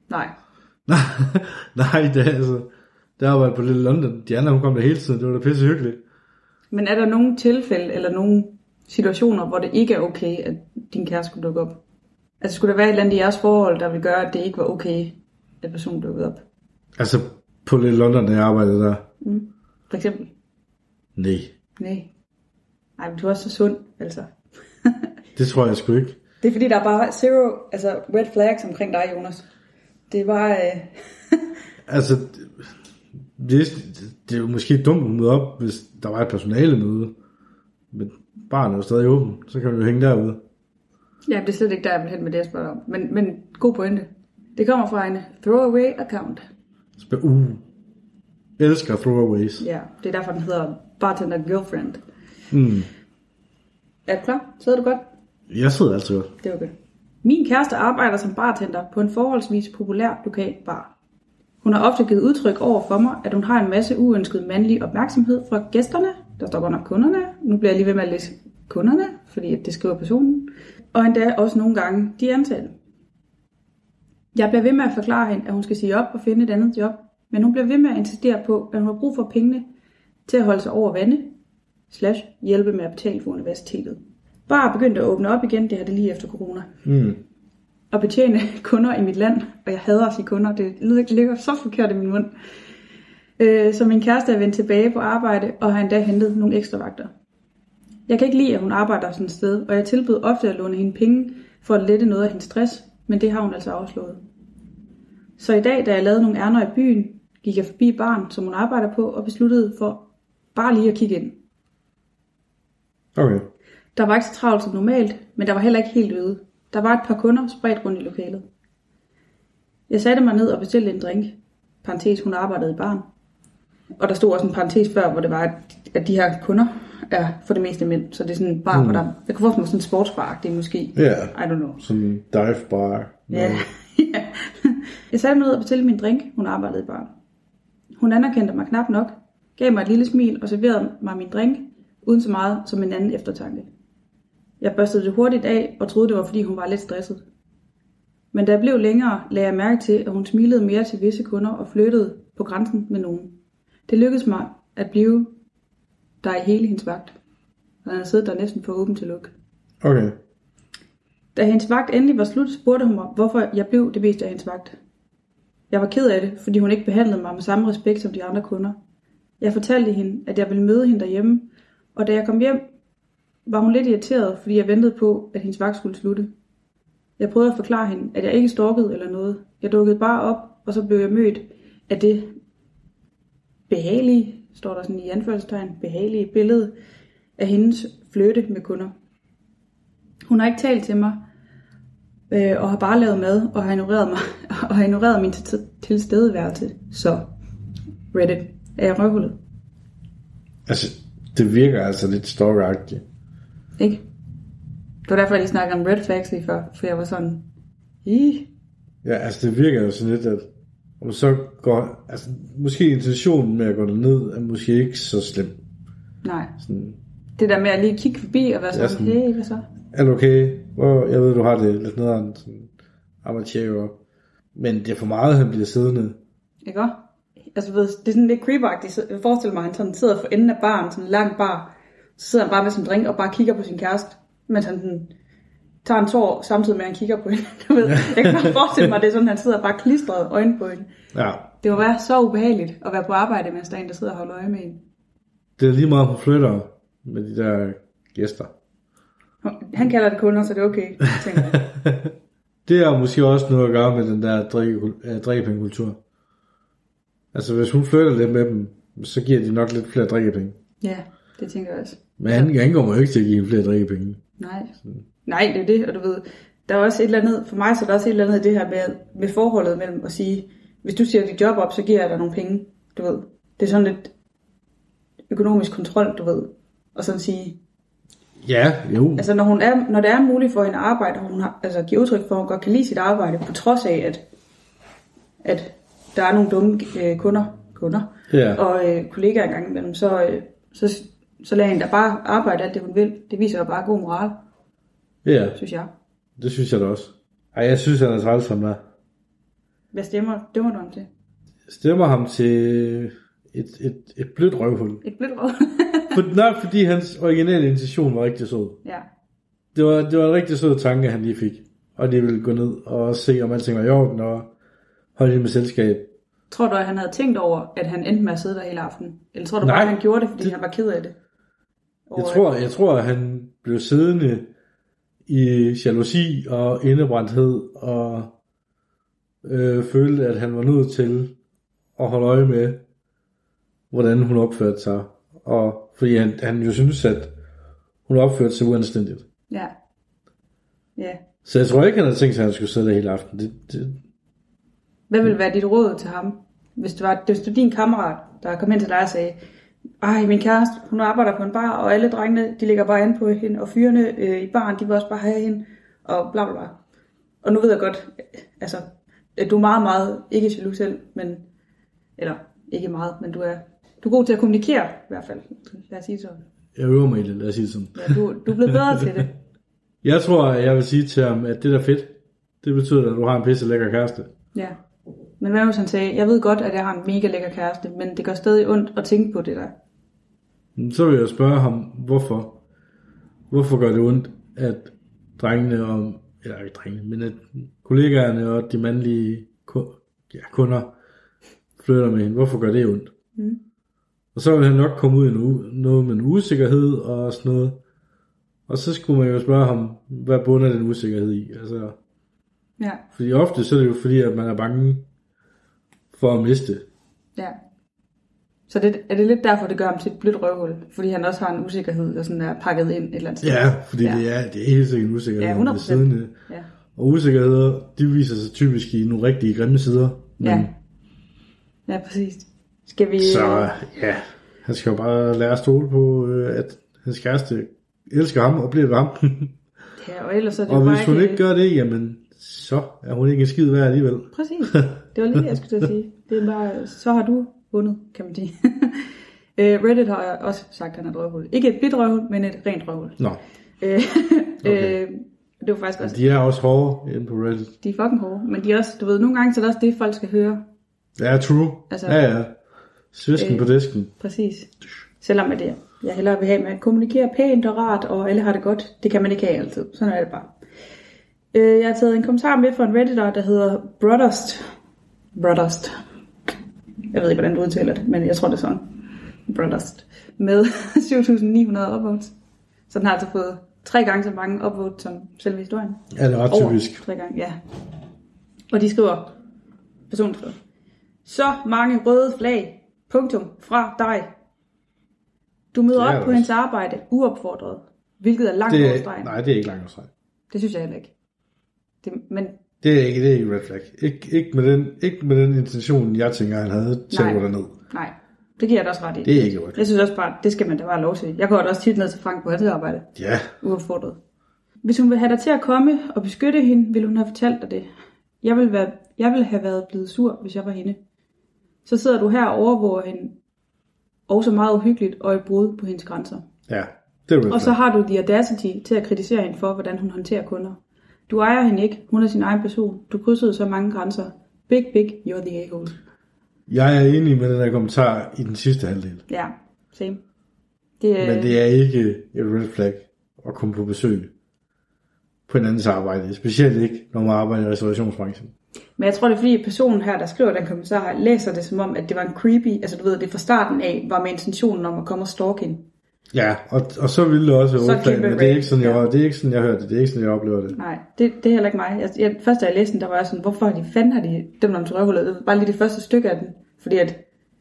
S1: Nej,
S2: det er altså... Der arbejder på Little London. Diana, hun kom der hele tiden. Det var da pisse hyggeligt.
S1: Men er der nogle tilfælde eller nogle situationer, hvor det ikke er okay, at din kæreste skulle dukke op? Altså skulle der være et eller andet i jeres forhold, der vil gøre, at det ikke var okay, at personen dukkede op?
S2: Altså på Little London, der jeg arbejdede der?
S1: For eksempel?
S2: Nej.
S1: Nej, men du er også så sund, altså.
S2: Det tror jeg sgu ikke.
S1: Det er fordi, der er bare zero red flags omkring dig, Jonas. Det er bare...
S2: Altså, det er jo måske dumt at møde op, hvis der var et personalemøde. Men baren er jo stadig åben, så kan du jo hænge derude.
S1: Ja, det er slet ikke der, jeg vil hen med det, jeg spørger om. Men god pointe. Det kommer fra en throwaway account.
S2: Elsker throwaways.
S1: Ja, det er derfor, den hedder Bartender Girlfriend.
S2: Mm.
S1: Er du klar? Sidder du godt?
S2: Jeg sidder altid godt.
S1: Det var godt. Min kæreste arbejder som bartender på en forholdsvis populær lokal bar. Hun har ofte givet udtryk over for mig, at hun har en masse uønsket mandlig opmærksomhed fra gæsterne. Der står godt nok kunderne. Nu bliver jeg lige ved med at læse kunderne, fordi det skriver personen. Og endda også nogle gange de ansatte. Jeg bliver ved med at forklare hende, at hun skal sige op og finde et andet job. Men hun bliver ved med at insistere på, at hun har brug for pengene til at holde sig over vande, / hjælpe med at betale for universitetet. Bar begyndte at åbne op igen, det her det lige efter corona.
S2: Mm.
S1: Og betjene kunder i mit land, og jeg hader at sige kunder, det ligger så forkert i min mund. Så min kæreste er vendt tilbage på arbejde, og har endda hentet nogle ekstra vagter. Jeg kan ikke lide, at hun arbejder sådan et sted, og jeg tilbød ofte at låne hende penge for at lette noget af hendes stress, men det har hun altså afslået. Så i dag, da jeg lavede nogle ærner i byen, gik jeg forbi baren, som hun arbejder på, og besluttede for bare lige at kigge ind.
S2: Okay.
S1: Der var ikke så travlt som normalt, men der var heller ikke helt øde. Der var et par kunder spredt rundt i lokalet. Jeg satte mig ned og bestilte en drink. Parentes, hun arbejdede i baren. Og der stod også en parentes før, hvor det var, at de her kunder er for det meste mænd. Så det er sådan en bar, hvor der... Jeg kunne forestille mig sådan en sportsbar, det er måske...
S2: Ja, yeah.
S1: I don't know.
S2: Sådan en dive bar.
S1: Ja. Jeg satte mig ned og bestilte min drink. Hun arbejdede i baren. Hun anerkendte mig knap nok, gav mig et lille smil og serverede mig min drink, uden så meget som en anden eftertanke. Jeg børstede det hurtigt af og troede, det var, fordi hun var lidt stresset. Men da jeg blev længere, lagde jeg mærke til, at hun smilede mere til visse kunder og flyttede på grænsen med nogen. Det lykkedes mig at blive der i hele hendes vagt. Og han havde siddet der næsten for åben til luk.
S2: Okay.
S1: Da hendes vagt endelig var slut, spurgte hun mig, hvorfor jeg blev det meste af hendes vagt. Jeg var ked af det, fordi hun ikke behandlede mig med samme respekt som de andre kunder. Jeg fortalte hende, at jeg ville møde hende derhjemme, og da jeg kom hjem, var hun lidt irriteret, fordi jeg ventede på, at hendes vagt skulle slutte. Jeg prøvede at forklare hende, at jeg ikke stalkede eller noget. Jeg dukkede bare op, og så blev jeg mødt af det behagelige, står der sådan i anførselstegn, behagelige billede af hendes flirte med kunder. Hun har ikke talt til mig, og har bare lavet mad, og har ignoreret mig, og har ignoreret min tilstedeværelse. Så, Reddit, er jeg røvhullet?
S2: Altså, det virker altså lidt stalkeragtigt.
S1: Ikke? Det var derfor, jeg lige snakkede om red flags lige før, for jeg var sådan...
S2: Ja, altså det virker jo sådan lidt, at om så går... Altså, måske intentionen med at gå derned er måske ikke så slem.
S1: Nej.
S2: Sådan,
S1: det der med at lige kigge forbi og være sådan, hey, hvad så?
S2: Er det okay? Jeg ved, du har det lidt nederen, sådan amatør. Men det er for meget, han bliver siddende.
S1: Ikke også? Altså, ved, det er sådan lidt creepy-agtigt. Jeg forestiller mig, at han sådan sidder for enden af baren, sådan en lang bar. Så sidder han bare med sin drink og bare kigger på sin kæreste, mens han sådan, tager en tår, samtidig med at han kigger på hende. Du ved, jeg kan bare forestille mig, at det er sådan, han sidder bare klistret øjne på hende. Ja. Det må være så ubehageligt at være på arbejde, mens der er en, der sidder og holder øje med hende.
S2: Det er lige meget, hun flytter med de der gæster.
S1: Han kalder det kunder, så det er okay, tænker jeg.
S2: Det er måske også noget at gøre med den der drikkepengekultur. Altså hvis hun flytter lidt med dem, så giver de nok lidt flere drikkepenge.
S1: Ja, det tænker jeg også.
S2: Men han kommer jo ikke til at give flere drikkepenge.
S1: Nej. Nej, det er det, og du ved, der er også et eller andet, for mig så er der også et eller andet i det her med forholdet mellem at sige, hvis du siger dit job op, så giver jeg dig nogle penge, du ved. Det er sådan lidt økonomisk kontrol, du ved, og sådan sige.
S2: Ja, jo.
S1: Altså når det er muligt for hende at arbejde, og hun har, altså giver udtryk for, at hun godt kan lide sit arbejde, på trods af, at der er nogle dumme kunder
S2: ja.
S1: Og kollegaer engang imellem, så lader hende da bare arbejde alt det, hun vil. Det viser jo bare god moral.
S2: Ja.
S1: Synes jeg.
S2: Det synes jeg da også. Ej, jeg synes, han er træls som der.
S1: Hvad stemmer du ham til?
S2: Jeg stemmer ham til et blødt røvhul.
S1: Et blødt røvhul?
S2: Nej, fordi hans originale intention var rigtig sød.
S1: Ja.
S2: Det var en rigtig sød tanke, han lige fik. Og det ville gå ned og se, om alting var i orden, og holde det med selskab.
S1: Tror du, at han havde tænkt over, at han endte med at sidde der hele aftenen? Eller tror du bare, at han gjorde det, fordi han var ked af det?
S2: Jeg tror, at han blev siddende i jalousi og indebrændthed, og følte, at han var nødt til at holde øje med, hvordan hun opførte sig. Og fordi han jo synes, at hun opførte sig uanstændigt.
S1: Ja. Ja.
S2: Så jeg tror ikke, han havde tænkt sig, at han skulle sidde der hele aften.
S1: Hvad vil være dit råd til ham? hvis det var din kammerat, der kom hen til dig og sagde, ej, min kæreste, hun arbejder på en bar, og alle drengene, de ligger bare an på hende, og fyrene i baren, de vil også bare have hende, og bla bla bla. Og nu ved jeg godt, altså, at du er meget, meget, ikke jaloux selv, men, eller ikke meget, men du er god til at kommunikere, i hvert fald. Lad os sige sådan.
S2: Jeg øver mig i det, lad os sige sådan.
S1: Ja, du er blevet bedre til det.
S2: Jeg tror, at jeg vil sige til ham, at det der fedt, det betyder, at du har en pisse lækker kæreste.
S1: Ja, men hvad hvis han sagde, jeg ved godt, at jeg har en mega lækker kæreste, men det gør stadig ondt at tænke på det der.
S2: Så vil jeg spørge ham, hvorfor. Hvorfor gør det ondt, at drengene, eller ikke drengene, men at kollegaerne og de mandlige kunder flytter med hende. Hvorfor gør det ondt? Mm. Og så vil han nok komme ud i noget med en usikkerhed og sådan noget. Og så skulle man jo spørge ham, hvad bunder den usikkerhed i? Altså,
S1: ja.
S2: Fordi ofte så er det jo fordi, at man er bange for at miste.
S1: Ja. Så er det lidt derfor, det gør ham til et blødt røvhul? Fordi han også har en usikkerhed, der sådan er pakket ind et eller andet sted?
S2: Ja, fordi det er helt sikkert en usikkerhed.
S1: Ja, 100%.
S2: Ja. Og usikkerheder, de viser sig typisk i nogle rigtige grimme sider. Men...
S1: Ja, præcis. Skal vi...
S2: Så ja, han skal jo bare lære at stole på, at hans kæreste elsker ham og bliver ved ham.
S1: Ja, og ellers er det
S2: og
S1: jo
S2: hvis hun ikke gør det, jamen, så er hun ikke en skid værd alligevel.
S1: Præcis. Det var lige det, jeg skulle til at sige. Det er bare, så har du vundet, kan man sige. Reddit har også sagt, at han er et røvhul. Ikke et bidt røvhul, men et rent røvhul.
S2: Nå. Okay.
S1: Det var faktisk også...
S2: De er også hårde inde på Reddit.
S1: De er fucking hårde, men de er også, du ved, nogle gange så er det også det, folk skal høre.
S2: Ja, true. Altså, ja. Svisken på disken.
S1: Præcis. Selvom at det, jeg hellere vil have, at man kommunikerer pænt og rart, og alle har det godt. Det kan man ikke have altid. Sådan er det bare. Jeg har taget en kommentar med fra en redditor, der hedder Broadust. Jeg ved ikke, hvordan du udtaler det, men jeg tror, det er sådan. Broadust. Med 7.900 upvotes. Så den har altså fået 3 gange så mange upvotes som selve historien.
S2: Ja, det er ret typisk.
S1: 3 gange, ja. Og de skriver, personen skriver, så mange røde flag, punktum, fra dig. Du møder op på hendes arbejde, uopfordret, hvilket er langt over stregen.
S2: Nej, det er ikke langt over stregen.
S1: Det synes jeg heller ikke.
S2: Det er ikke red flag. Ikke med den intention, jeg tænker, han havde til at gå derned.
S1: Nej, det giver jeg da også ret i.
S2: Det er ikke red flag.
S1: Jeg synes også bare, det skal man da bare lov til. Jeg går også tit ned til Frank på hans arbejde.
S2: Ja.
S1: Uopfordret. Hvis hun vil have dig til at komme og beskytte hende, ville hun have fortalt dig det. Jeg ville have været blevet sur, hvis jeg var hende. Så sidder du her og overvåger hende, også meget uhyggeligt og et brud på hendes grænser.
S2: Ja, det er red flag.
S1: Og så har du the audacity til at kritisere hende for, hvordan hun håndterer kunder. Du ejer hende ikke, hun er sin egen person. Du krydsede så mange grænser. Big, you're the a-hole.
S2: Jeg er enig med den der kommentar i den sidste halvdel.
S1: Ja, same.
S2: Men det er ikke et red flag at komme på besøg på en andens arbejde. Specielt ikke, når man arbejder i restaurationsbranchen. Men
S1: jeg tror, det er fordi personen her, der skriver den kommentar, læser det som om, at det var en creepy, altså du ved, det fra starten af var med intentionen om at komme og stalke hende.
S2: Ja, og så ville det også være red, men det er ikke sådan, jeg hørte det. Det er ikke sådan, jeg oplever det.
S1: Nej, det er heller ikke mig. Først da jeg læste den, der var jeg sådan, hvorfor har de dem om til røvhullet? Det var bare lige det første stykke af den. Fordi at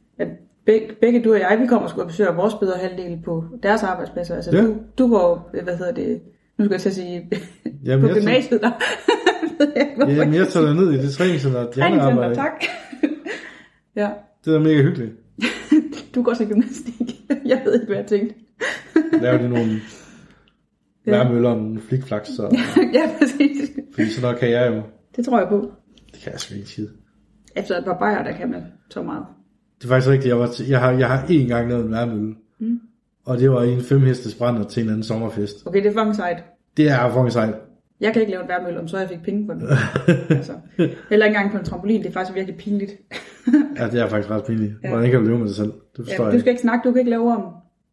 S1: begge du og jeg, vi kommer og skulle besøge vores bedre halvdel på deres arbejdspladser. Altså ja. Du går, nu skal jeg til at sige, på gymnasiet der.
S2: Jamen jeg tager dig ned i det træningscenter, de andre arbejder.
S1: Tak. Ja.
S2: Det er mega hyggeligt.
S1: Du går til gymnastik. Jeg ved ikke, hvad jeg tænkte.
S2: Laver de nogle værmøller og nogle flikflaks? Så...
S1: ja, præcis.
S2: Fordi så nok kan jeg jo.
S1: Det tror jeg på.
S2: Det kan jeg sgu ikke sige.
S1: Efter et par bajer, der kan man så meget.
S2: Det er faktisk rigtigt. Jeg har én gang lavet en værmølle. Mm. Og det var i en 5 hestes brænder til en anden sommerfest.
S1: Okay, det er fucking sejt.
S2: Det er fucking sejt.
S1: Jeg kan ikke lave en værmølle, om så jeg fik penge for den. Altså, heller ikke engang på en trampolin, det er faktisk virkelig pinligt.
S2: Ja, det er faktisk ret pinligt. Ja. Hvordan kan du leve med dig selv? Det forstår jeg.
S1: Du skal ikke snakke, du kan ikke lave om.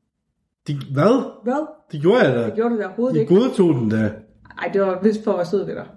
S2: Hvad?
S1: Hvad?
S2: Det gjorde jeg da.
S1: Det gjorde du da overhovedet ikke.
S2: I godtog den da.
S1: Nej, det var vist for at være sød ved dig.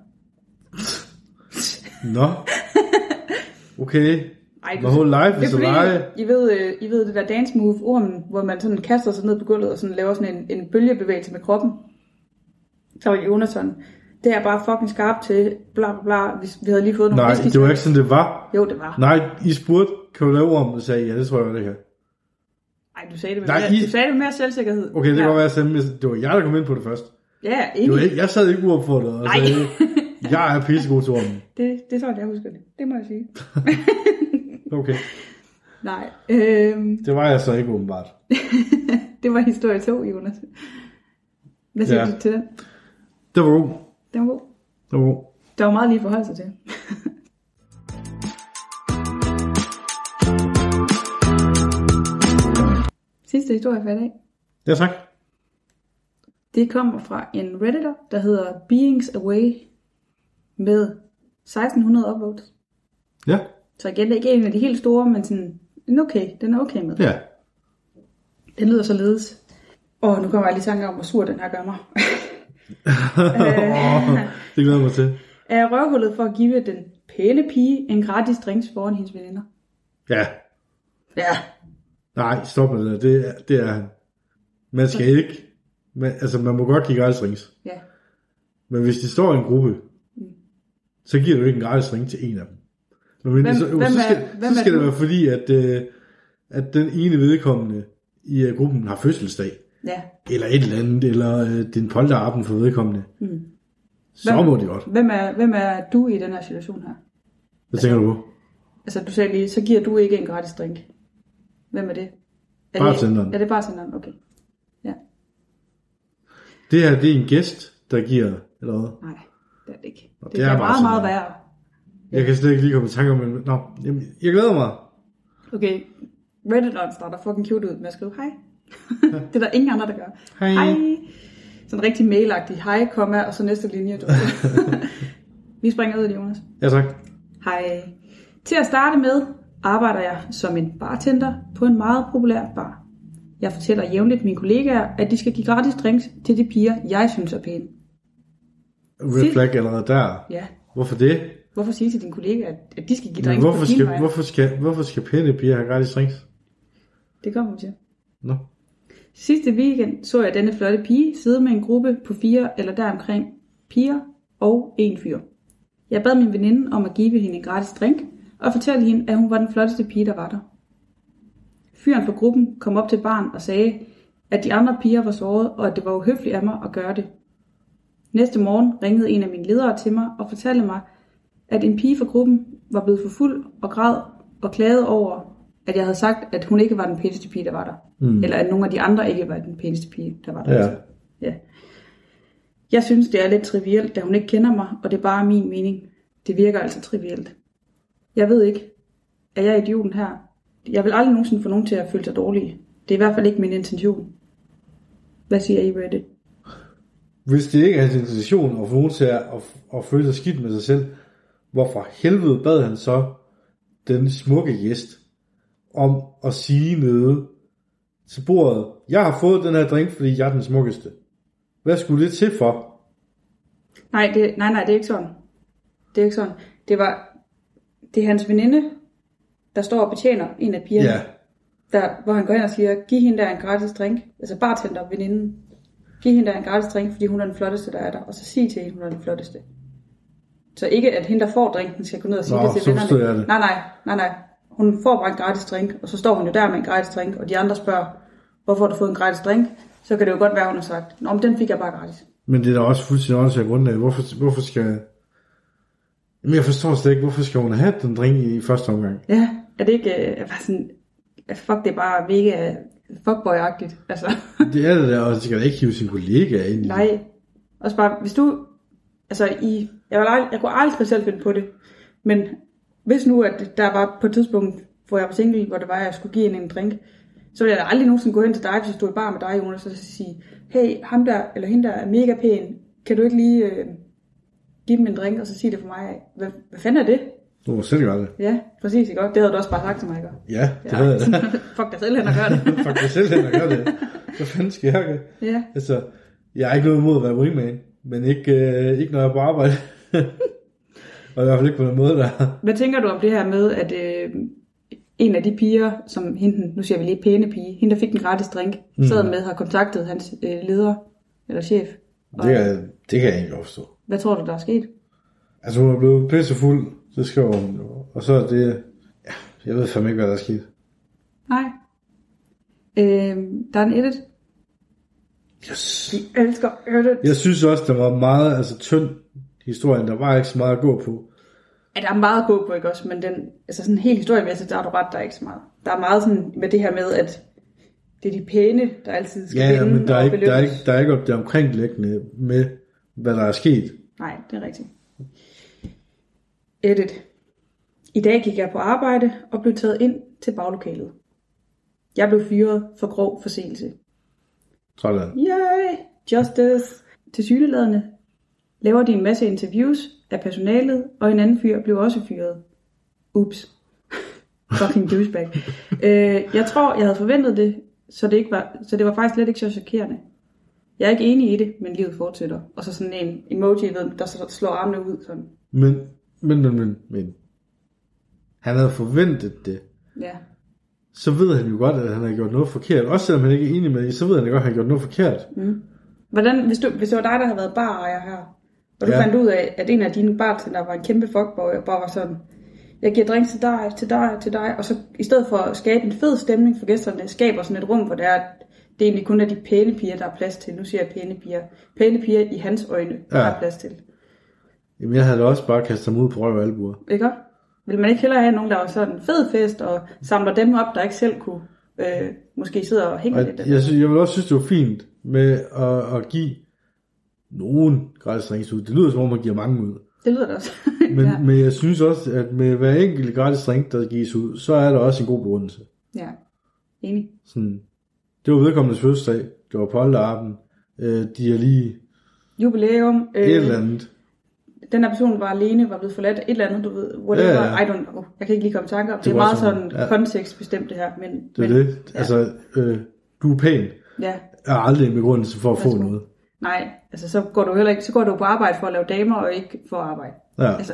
S2: Nå. Okay. My whole life is a lie.
S1: I ved det der dance move, ormen, hvor man sådan kaster sig ned på gulvet og sådan laver sådan en bølgebevægelse med kroppen. Så var Jonathan. Det er bare fucking skarpt til bla bla bla. Vi havde lige fået nogle
S2: Nej, det var ikke sådan, det var.
S1: Jo, det var.
S2: Nej, I spurgte, kan du lave ormen? Og sagde, ja, det tror jeg, det kan.
S1: Nej, du sagde det med mere selvsikkerhed.
S2: Okay, det kan være, det var jeg, der kom ind på det først.
S1: Ja, enig.
S2: Jeg sad ikke uopfordret og sagde, jeg er pissegod til ormen.
S1: Det er sådan, jeg husker det. Det må jeg sige.
S2: Okay.
S1: Nej.
S2: Det var jeg så ikke åbenbart.
S1: Det var historie 2, Jonas. Hvad siger du til den?
S2: Det var god.
S1: Den var god.
S2: Det var god.
S1: Der var meget lige at forholde sig til. Sidste historie for i dag.
S2: Ja, tak.
S1: Det kommer fra en redditor, der hedder Beings Away med 1600 upvotes.
S2: Ja.
S1: Så igen, det er ikke en af de helt store, men sådan, den er okay med.
S2: Ja.
S1: Den lyder således. Nu kommer jeg lige tanke om, hvor sur den her gør mig.
S2: Det glæder mig til.
S1: Er røvhullet for at give den pæne pige en gratis drinks foran hendes veninder?
S2: Ja.
S1: Ja.
S2: Nej, stop med det. Det er han. Man skal ikke. Man må godt give gratis drinks.
S1: Ja.
S2: Men hvis de står i en gruppe, så giver du ikke en gratis drink til en af dem. Men så skal det være fordi, at den ene vedkommende i gruppen har fødselsdag.
S1: Ja.
S2: Eller et eller andet, eller din polterappen for vedkommende. Så må det godt.
S1: Hvem er du i den her situation her?
S2: Hvad tænker du på?
S1: Altså du sagde lige, så giver du ikke en gratis drink. Hvem er det?
S2: Bartenderen.
S1: Er det bartenderen? Okay. Ja.
S2: Det her, det er en gæst, der giver, eller hvad?
S1: Nej, det er det ikke.
S2: Det
S1: er meget, meget værre.
S2: Jeg kan slet ikke lige komme i tanke om, men jeg glæder mig.
S1: Okay, Redditoren starter fucking cute ud med at skrive hej. Det er der ingen andre, der gør.
S2: Hej.
S1: Sådan rigtig mailagtig. Hej, komma, og så næste linje. Vi springer ud, Jonas.
S2: Ja, tak.
S1: Hej. Til at starte med arbejder jeg som en bartender på en meget populær bar. Jeg fortæller jævnligt mine kollegaer, at de skal give gratis drinks til de piger, jeg synes er pæne.
S2: Red flag allerede der.
S1: Ja.
S2: Hvorfor det?
S1: Hvorfor sige til dine kollegaer, at de skal give drinks på din vej?
S2: Hvorfor skal pæne piger have gratis drinks?
S1: Det kommer vi til.
S2: Nå.
S1: Sidste weekend så jeg denne flotte pige sidde med en gruppe på 4 eller deromkring piger og en fyr. Jeg bad min veninde om at give hende en gratis drink, og fortalte hende, at hun var den flotteste pige, der var der. Fyren fra gruppen kom op til baren og sagde, at de andre piger var såret, og at det var uhøfligt af mig at gøre det. Næste morgen ringede en af mine ledere til mig og fortalte mig, at en pige fra gruppen var blevet for fuld og græd og klagede over, at jeg havde sagt, at hun ikke var den pæneste pige, der var der. Eller at nogle af de andre ikke var den pæneste pige, der var der. Ja. Jeg synes, det er lidt trivielt, da hun ikke kender mig, og det er bare min mening. Det virker altså trivielt. Jeg ved ikke, er jeg idioten her? Jeg vil aldrig nogensinde få nogen til at føle sig dårlige. Det er i hvert fald ikke min intention. Hvad siger I, Reddit?
S2: Hvis det ikke er hans intention at få nogen til at føle sig skidt med sig selv, hvorfor helvede bad han så den smukke gæst om at sige noget til bordet? Jeg har fået den her drink, fordi jeg er den smukkeste. Hvad skulle det til for?
S1: Nej, det er ikke sådan. Det er ikke sådan. Det er hans veninde, der står og betjener en af pigerne.
S2: Ja.
S1: Hvor han går hen og siger, giv hende der en gratis drink. Altså bartender veninden. Giv hende der en gratis drink, fordi hun er den flotteste, der er der. Og så sig til hende, hun er den flotteste. Så ikke, at hende, der får drinken, skal gå ned og sige det til vennerne. Nej. Hun får bare en gratis drink, og så står hun jo der med en gratis drink, og de andre spørger, hvorfor har du fået en gratis drink? Så kan det jo godt være, hun har sagt, nå, men den fik jeg bare gratis.
S2: Men det er da også fuldstændig åndssvagt grundlag. Hvorfor skal... Men jeg forstår slet ikke, hvorfor skal hun have den drink i første omgang?
S1: Ja, er det ikke bare sådan... Fuck, det er bare mega fuckboy-agtigt. Altså. Det
S2: er det der, og det skal da ikke hive sin kollega ind i.
S1: Nej. Også bare, hvis du... Altså, jeg kunne aldrig selv finde på det. Men hvis nu, at der var på et tidspunkt, hvor jeg var single, hvor det var, at jeg skulle give en drink, så ville jeg da aldrig nogensinde gå hen til dig, hvis jeg stod i bar med dig, Jonas, og så sige, hey, ham der, eller hende der er mega pæn, kan du ikke lige give dem en drink, og så sige det for mig? Hvad fanden er det?
S2: Du må selv gøre det.
S1: Ja, præcis, ikke? Det havde du også bare sagt til mig, ikke?
S2: Ja, det havde jeg da.
S1: Fuck dig selv hen og gør det.
S2: Fuck dig selv hen og gør det. Hvad fanden skal jeg gøre?
S1: Ja.
S2: Altså, jeg er ikke noget imod at være wingman, men ikke når jeg er på arbejde. Og i hvert fald ikke på den måde, der.
S1: Hvad tænker du om det her med, at en af de piger, som hende, nu siger vi lige pæne pige, hende der fik en gratis drink, sad med, har kontaktet hans leder, eller chef?
S2: Det kan jeg ikke forstå.
S1: Hvad tror du, der er sket?
S2: Altså, hun er blevet pissefuld, det skriver hun jo. Og så er det, ja, jeg ved fandme ikke, hvad der er sket.
S1: Nej. Der er en edit.
S2: Yes.
S1: Jeg elsker edit.
S2: Jeg synes også, der var meget tynd historien. Der var ikke så meget at gå på.
S1: Ja, der er meget at gå på, ikke også? Men altså sådan helt historiemæssigt, der er du ret, der er ikke så meget. Der er meget sådan med det her med, at det er de pæne, der altid skal vinde
S2: men der er
S1: og
S2: ikke,
S1: belønnes.
S2: der er ikke det omkringliggende med, hvad der er sket.
S1: Nej, det er rigtigt. Edit. I dag gik jeg på arbejde og blev taget ind til baglokalet. Jeg blev fyret for grov forseelse.
S2: Sådan.
S1: Yay! Justice. Tilsyneladende laver de en masse interviews af personalet, og en anden fyr blev også fyret. Ups. Fucking douchebag. Jeg tror, jeg havde forventet det, så det var faktisk slet ikke så chokerende. Jeg er ikke enig i det, men livet fortsætter. Og så sådan en emoji, der slår armene ud. Sådan.
S2: Men. Han havde forventet det.
S1: Ja.
S2: Så ved han jo godt, at han har gjort noget forkert. Også selvom han ikke er enig med det, så ved han jo godt, at han har gjort noget forkert.
S1: Mm. Hvordan, hvis det var dig, der havde været barejer her, og du fandt ud af, at en af dine bartender var en kæmpe fuckboy, og bare var sådan, jeg giver drinks til dig, og så i stedet for at skabe en fed stemning for gæsterne, skaber sådan et rum, hvor det egentlig kun er de pæne piger, der er plads til. Nu siger jeg pæne piger. Pæne piger i hans øjne, der er plads til.
S2: Jamen, jeg havde da også bare kastet ham ud på røv og albuer.
S1: Ikke? Vil man ikke hellere have nogen, der var sådan en fed fest, og samler dem op, der ikke selv kunne måske sidde og hænge lidt?
S2: Jeg vil også synes, det var fint med at give nogen gratis drinks ud. Det lyder som om, man giver mange ud.
S1: Det lyder det også.
S2: Men jeg synes også, at med hver enkelt gratis drink, der gives ud, så er der også en god begrundelse.
S1: Ja, enig.
S2: Sådan, det var vedkommendes fødselsdag. Det var polterappen. De er lige...
S1: Jubilæum.
S2: Et eller andet.
S1: Den her person var alene, var blevet forladt. Et eller andet, du ved. Whatever, I don't know. Jeg kan ikke lige komme i tanke om. Det er meget sådan kontekstbestemt det her. Men,
S2: det er det. Ja. Altså, du er pæn.
S1: Ja.
S2: Er aldrig en begrundelse for at få noget.
S1: Nej, altså så går du heller ikke, så går du på arbejde for at lave damer, og ikke for at arbejde.
S2: Ja.
S1: Altså,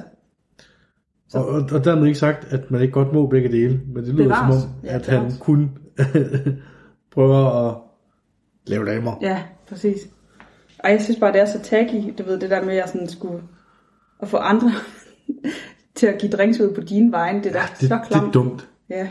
S2: og dermed ikke sagt, at man ikke godt må begge dele, men det lyder som om, at han kun prøver at lave damer.
S1: Ja, præcis. Og jeg synes bare, det er så tacky, du ved, det der med, at jeg sådan skulle at få andre til at give drinks ud på dine vegne, det der så klamt.
S2: Det er dumt.
S1: Ja.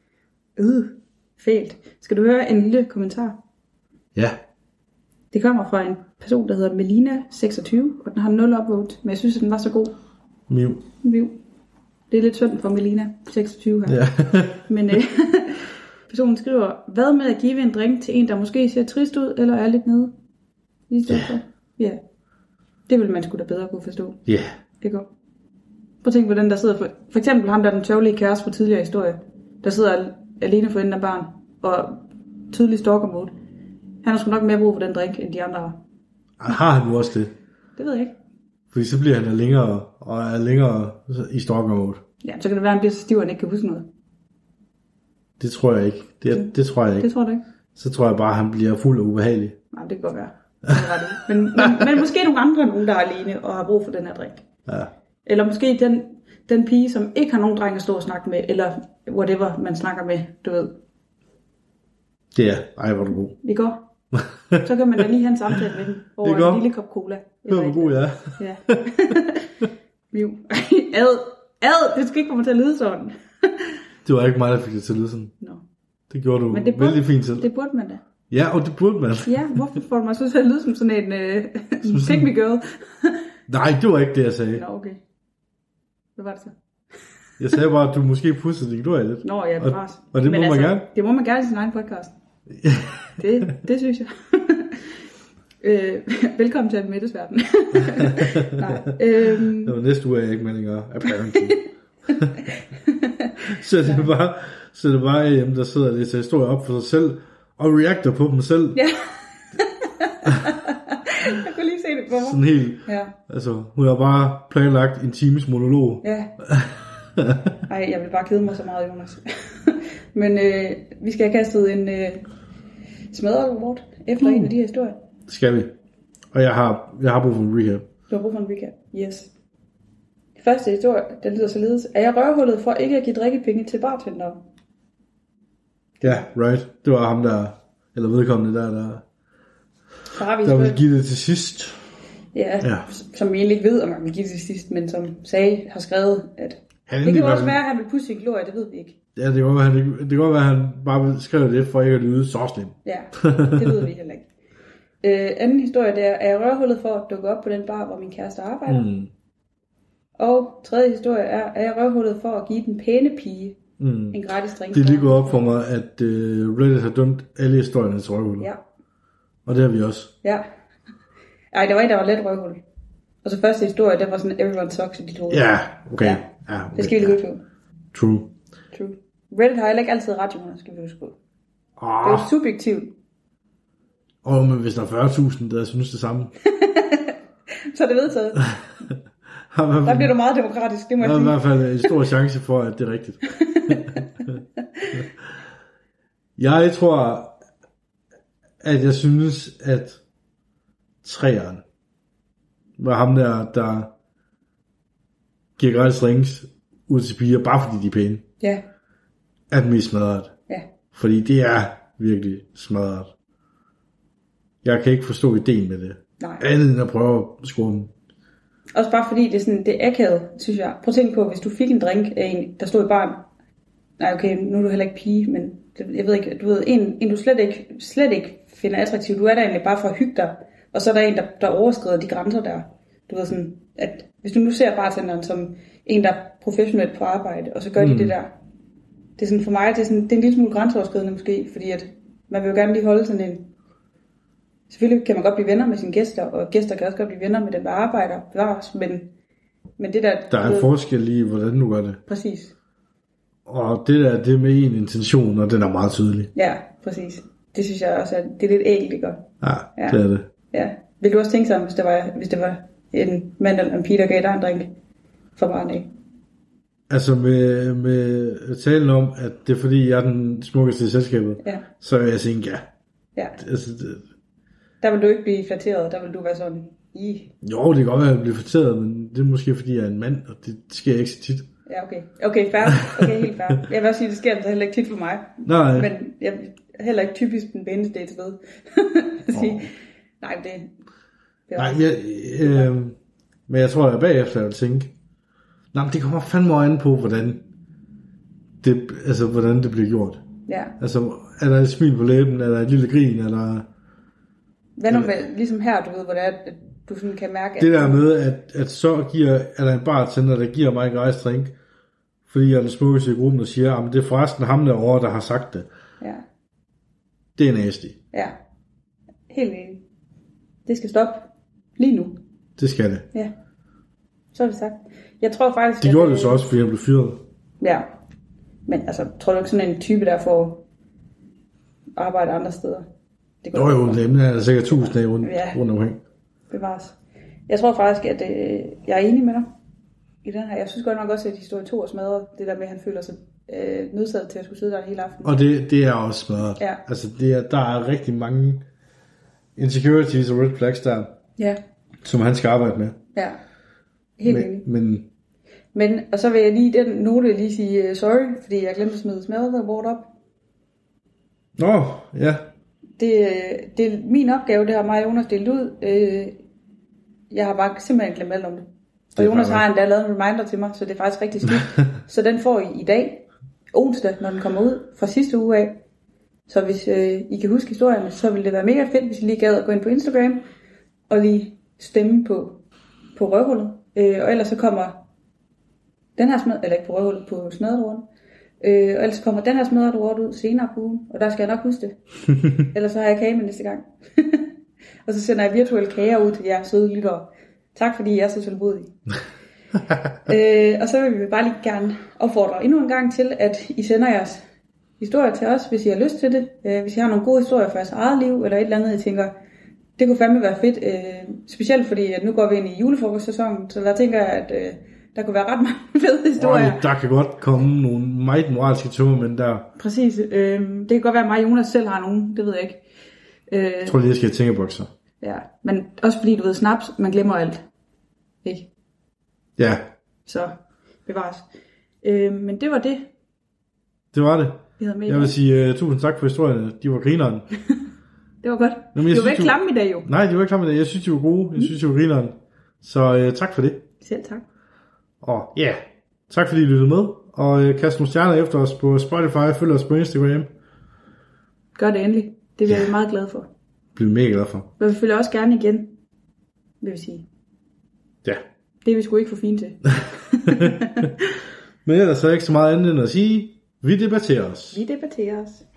S1: Fælt. Skal du høre en lille kommentar?
S2: Ja.
S1: Det kommer fra en person, der hedder Melina26, og den har 0 upvote, men jeg synes, at den var så god.
S2: Miv.
S1: Det er lidt synd for Melina26 her.
S2: Ja.
S1: Men personen skriver, hvad med at give en drink til en, der måske ser trist ud, eller er lidt nede? Ja. Det vil man sgu da bedre kunne forstå.
S2: Ja.
S1: Ikke godt? Prøv at tænke på den, der sidder for eksempel ham, der er den tørvelige kæreste fra tidligere historie, der sidder alene for enden af barn, og tydelig stalker mode. Han har sgu nok mere brug for den drink, end de andre har.
S2: Har han nu også det?
S1: Det ved jeg ikke.
S2: Fordi så bliver han længere, og er længere i stalker mode.
S1: Ja, så kan det være, at han bliver så stiv, at han ikke kan huske noget.
S2: Det tror jeg ikke. Det tror jeg ikke.
S1: Det tror du ikke?
S2: Så tror jeg bare, at han bliver fuld og ubehagelig.
S1: Nej, det kan godt være. Men måske nogle andre, nogen der er alene og har brug for den her drink.
S2: Ja.
S1: Eller måske den pige, som ikke har nogen dreng at stå og snakke med, eller whatever man snakker med, du ved.
S2: Det er, hvor er du god.
S1: Det går. Så kan man da lige have en samtale med dem over en lille kop cola.
S2: Det var god, ja.
S1: Ja. Miv. Det skal ikke få mig til at lyde sådan.
S2: Det var ikke mig, der fik det til at lyde sådan.
S1: No.
S2: Det gjorde du vældig fint selv.
S1: Det burde man da.
S2: Ja, og det burde man.
S1: Ja, hvorfor får du mig så til at lyde som sådan en pick me girl?
S2: Nej, det var ikke det, jeg sagde.
S1: Nå, okay. Hvad var det så?
S2: Jeg sagde bare, at du måske pudsede din glorie lidt.
S1: Nå, ja, det var.
S2: Og det må man gerne.
S1: Det må man gerne i sin egen podcast. Det synes jeg. Velkommen til Anne-Mettes verden.
S2: Nej. Næste uge er jeg ikke meldinger, apparently. Så det er bare hjemme, der sidder og læser historier op for sig selv, og reacter på dem selv.
S1: Ja. Jeg kunne lige se det på mig.
S2: Sådan helt.
S1: Ja.
S2: Altså, hun har bare planlagt en times monolog.
S1: Ja. Ej, jeg vil bare kede mig så meget, Jonas. Men vi skal have kastet en smadret award efter en af de her historier.
S2: Det skal vi. Og jeg har brug for en recap.
S1: Du har brug for en recap, yes. Første historie, den lyder således. Er jeg rørhullet for ikke at give drikkepenge til bartender?
S2: Ja, right. Det var ham der, eller vedkommende der vil give det til sidst.
S1: Ja, som vi egentlig ikke ved, om man vil give det til sidst, men som har skrevet, at det kan også være, at han vil pusse sin glorie, det ved vi ikke. Ja,
S2: det kan godt være, at han bare skrev det for ikke at lyde så slemt.
S1: Ja, det ved vi heller ikke. Anden historie, det er jeg rørhullet for at dukke op på den bar, hvor min kæreste arbejder? Og tredje historie er jeg røvhullet for at give den pæne pige en gratis drink.
S2: Det er lige gået op for mig, at Reddit har dømt alle historierne til røvhullet.
S1: Ja.
S2: Og det har vi også.
S1: Ja. Ej, der var en, der var let røvhul. Og så første historie, der var sådan, everyone sucks, de to.
S2: Ja, okay. Ja, okay.
S1: Det skal vi lige huske på.
S2: True.
S1: Reddit har heller ikke altid ret, Jonas, skal vi huske på. Det er jo subjektivt.
S2: Men hvis der er 40.000, der synes det samme.
S1: Så er det vedtaget. Der bliver du meget demokratisk, det må jeg sige.
S2: Der er i hvert fald en stor chance for, at det er rigtigt. Jeg tror, at jeg synes, at træeren var ham der giver gratis drinks ud til piger, bare fordi de er pæne.
S1: Ja.
S2: Er den mest smadret.
S1: Ja.
S2: Fordi det er virkelig smadret. Jeg kan ikke forstå ideen med det.
S1: Nej.
S2: Andet end at prøve at score den.
S1: Også bare fordi det er sådan, det er akavet, synes jeg. Prøv at tænke på, hvis du fik en drink af en, der stod i barn. Nej, okay, nu er du heller ikke pige, men jeg ved ikke, du ved, en du slet ikke finder attraktiv. Du er der egentlig bare for at hygge dig. Og så er der en, der overskrider de grænser der. Du ved sådan, at hvis du nu ser bartenderen som en, der er professionelt på arbejde, og så gør de det der. Det er sådan for mig, det er en lille smule grænseoverskridende måske, fordi at man vil jo gerne lige holde sådan en. Selvfølgelig kan man godt blive venner med sine gæster, og gæster kan også godt blive venner med dem, der arbejder, bevares, men det der.
S2: Der er en forskel i, hvordan du gør det.
S1: Præcis.
S2: Og det er med en intention, og den er meget tydelig.
S1: Ja, præcis. Det synes jeg også, at det er lidt ægelt, ikke?
S2: Ja, det er det.
S1: Ja. Vil du også tænke sig, hvis det var en mand eller en pige, der gav dig en drink for barn, ikke?
S2: Altså med talen om, at det er fordi, jeg er den smukkeste i selskabet, så vil jeg sige ja.
S1: Ja. Der vil du ikke blive flatteret, der vil du være sådan
S2: Jo, det kan godt være, at jeg bliver flatteret, men det er måske fordi, jeg er en mand, og det sker ikke så tit.
S1: Ja, okay. Okay, fair. Okay, helt fair. Jeg vil også sige, det sker altså heller ikke tit for mig.
S2: Nej.
S1: Men jeg er heller ikke typisk den pæneste date sted. Nej, det
S2: nej, men jeg tror, at bagefter jeg vil tænke, nej, men det kommer fandme an på, hvordan det bliver gjort.
S1: Ja.
S2: Altså, er der et smil på læben, er der et lille grin, eller.
S1: Hvad nu med, ligesom her, du ved, hvor det er, at du sådan kan mærke,
S2: det der med, at så er der en bartender, der giver mig en gratis drink, fordi jeg er den smukkeste i gruppen, og siger, at det er forresten ham derovre, der har sagt det.
S1: Ja.
S2: Det er nasty.
S1: Ja. Helt enig. Det skal stoppe lige nu.
S2: Det skal det.
S1: Ja. Så er det sagt. Jeg tror faktisk,
S2: de gjorde det så også, fordi jeg blev fyret.
S1: Ja. Men altså, tror du ikke sådan en type, der får arbejde andre steder? Det
S2: jo, nemlig er der sikkert 1000 af rundt omkring.
S1: Bevares. Jeg tror faktisk, at jeg er enig med dig i den her. Jeg synes godt nok også, at historie 2 er smadret. Det der med, at han føler sig nødsaget til at skulle sidde der hele aften.
S2: Og det er også smadret. Ja. Altså, der er rigtig mange insecurities og red flags der, som han skal arbejde med. Ja,
S1: helt enig. Men, og så vil jeg lige den note lige sige sorry, fordi jeg glemte at smide smadret award op.
S2: Nå, ja.
S1: Det er min opgave, det har mig og Jonas delt ud. Jeg har bare simpelthen glemt alt om det. Og Jonas har endda lavet en reminder til mig, så det er faktisk rigtig skidt. Så den får I i dag, onsdag, når den kommer ud fra sidste uge af. Så hvis I kan huske historierne, så vil det være mega fedt, hvis I lige gad at gå ind på Instagram og lige stemme på røvhullet. Og ellers så kommer den her eller ikke på røvhullet, på smadret. Og ellers kommer den her smadret ud senere på ugen, og der skal jeg nok huske det. Ellers så har jeg kage med næste gang. Og så sender jeg virtuelle kager ud til jer søde lyttere. Tak fordi I er så tålmodige. Og så vil vi bare lige gerne opfordre endnu en gang til, at I sender jeres historier til os, hvis I har lyst til det. Hvis I har nogle gode historier fra jeres eget liv, eller et eller andet, I tænker, det kunne fandme være fedt. Specielt fordi, at nu går vi ind i julefrokostsæsonen, så der tænker jeg, at der kunne være ret mange fede historier.
S2: Der kan godt komme nogle meget moralske tømmermænd der.
S1: Præcis. Det kan godt være, at mig og Jonas selv har nogen, det ved jeg ikke.
S2: Jeg tror lige, jeg skal have tænkebokser.
S1: Ja, men også fordi, du ved, snaps, man glemmer alt. Ikke?
S2: Ja.
S1: Så, bevares. Men det var det.
S2: Det var det. Jeg vil sige tusind tak for historierne. De var grineren.
S1: Det var godt. De var ikke klamme i dag jo.
S2: Nej, de var ikke klamme i dag. Jeg synes, de var gode. Jeg synes, de var grineren. Så tak for det.
S1: Selv tak.
S2: Og ja, tak fordi I lyttede med. Og kast nogle stjerner efter os på Spotify. Følg os på Instagram.
S1: Gør det endelig. Det bliver vi meget glade for.
S2: Bliver mega glad for.
S1: Men vi følger også gerne igen, vil vi sige.
S2: Ja,
S1: Det er vi sgu ikke for fint til.
S2: Men ellers er ikke så meget andet end at sige, vi debatterer os.
S1: Vi debatterer os.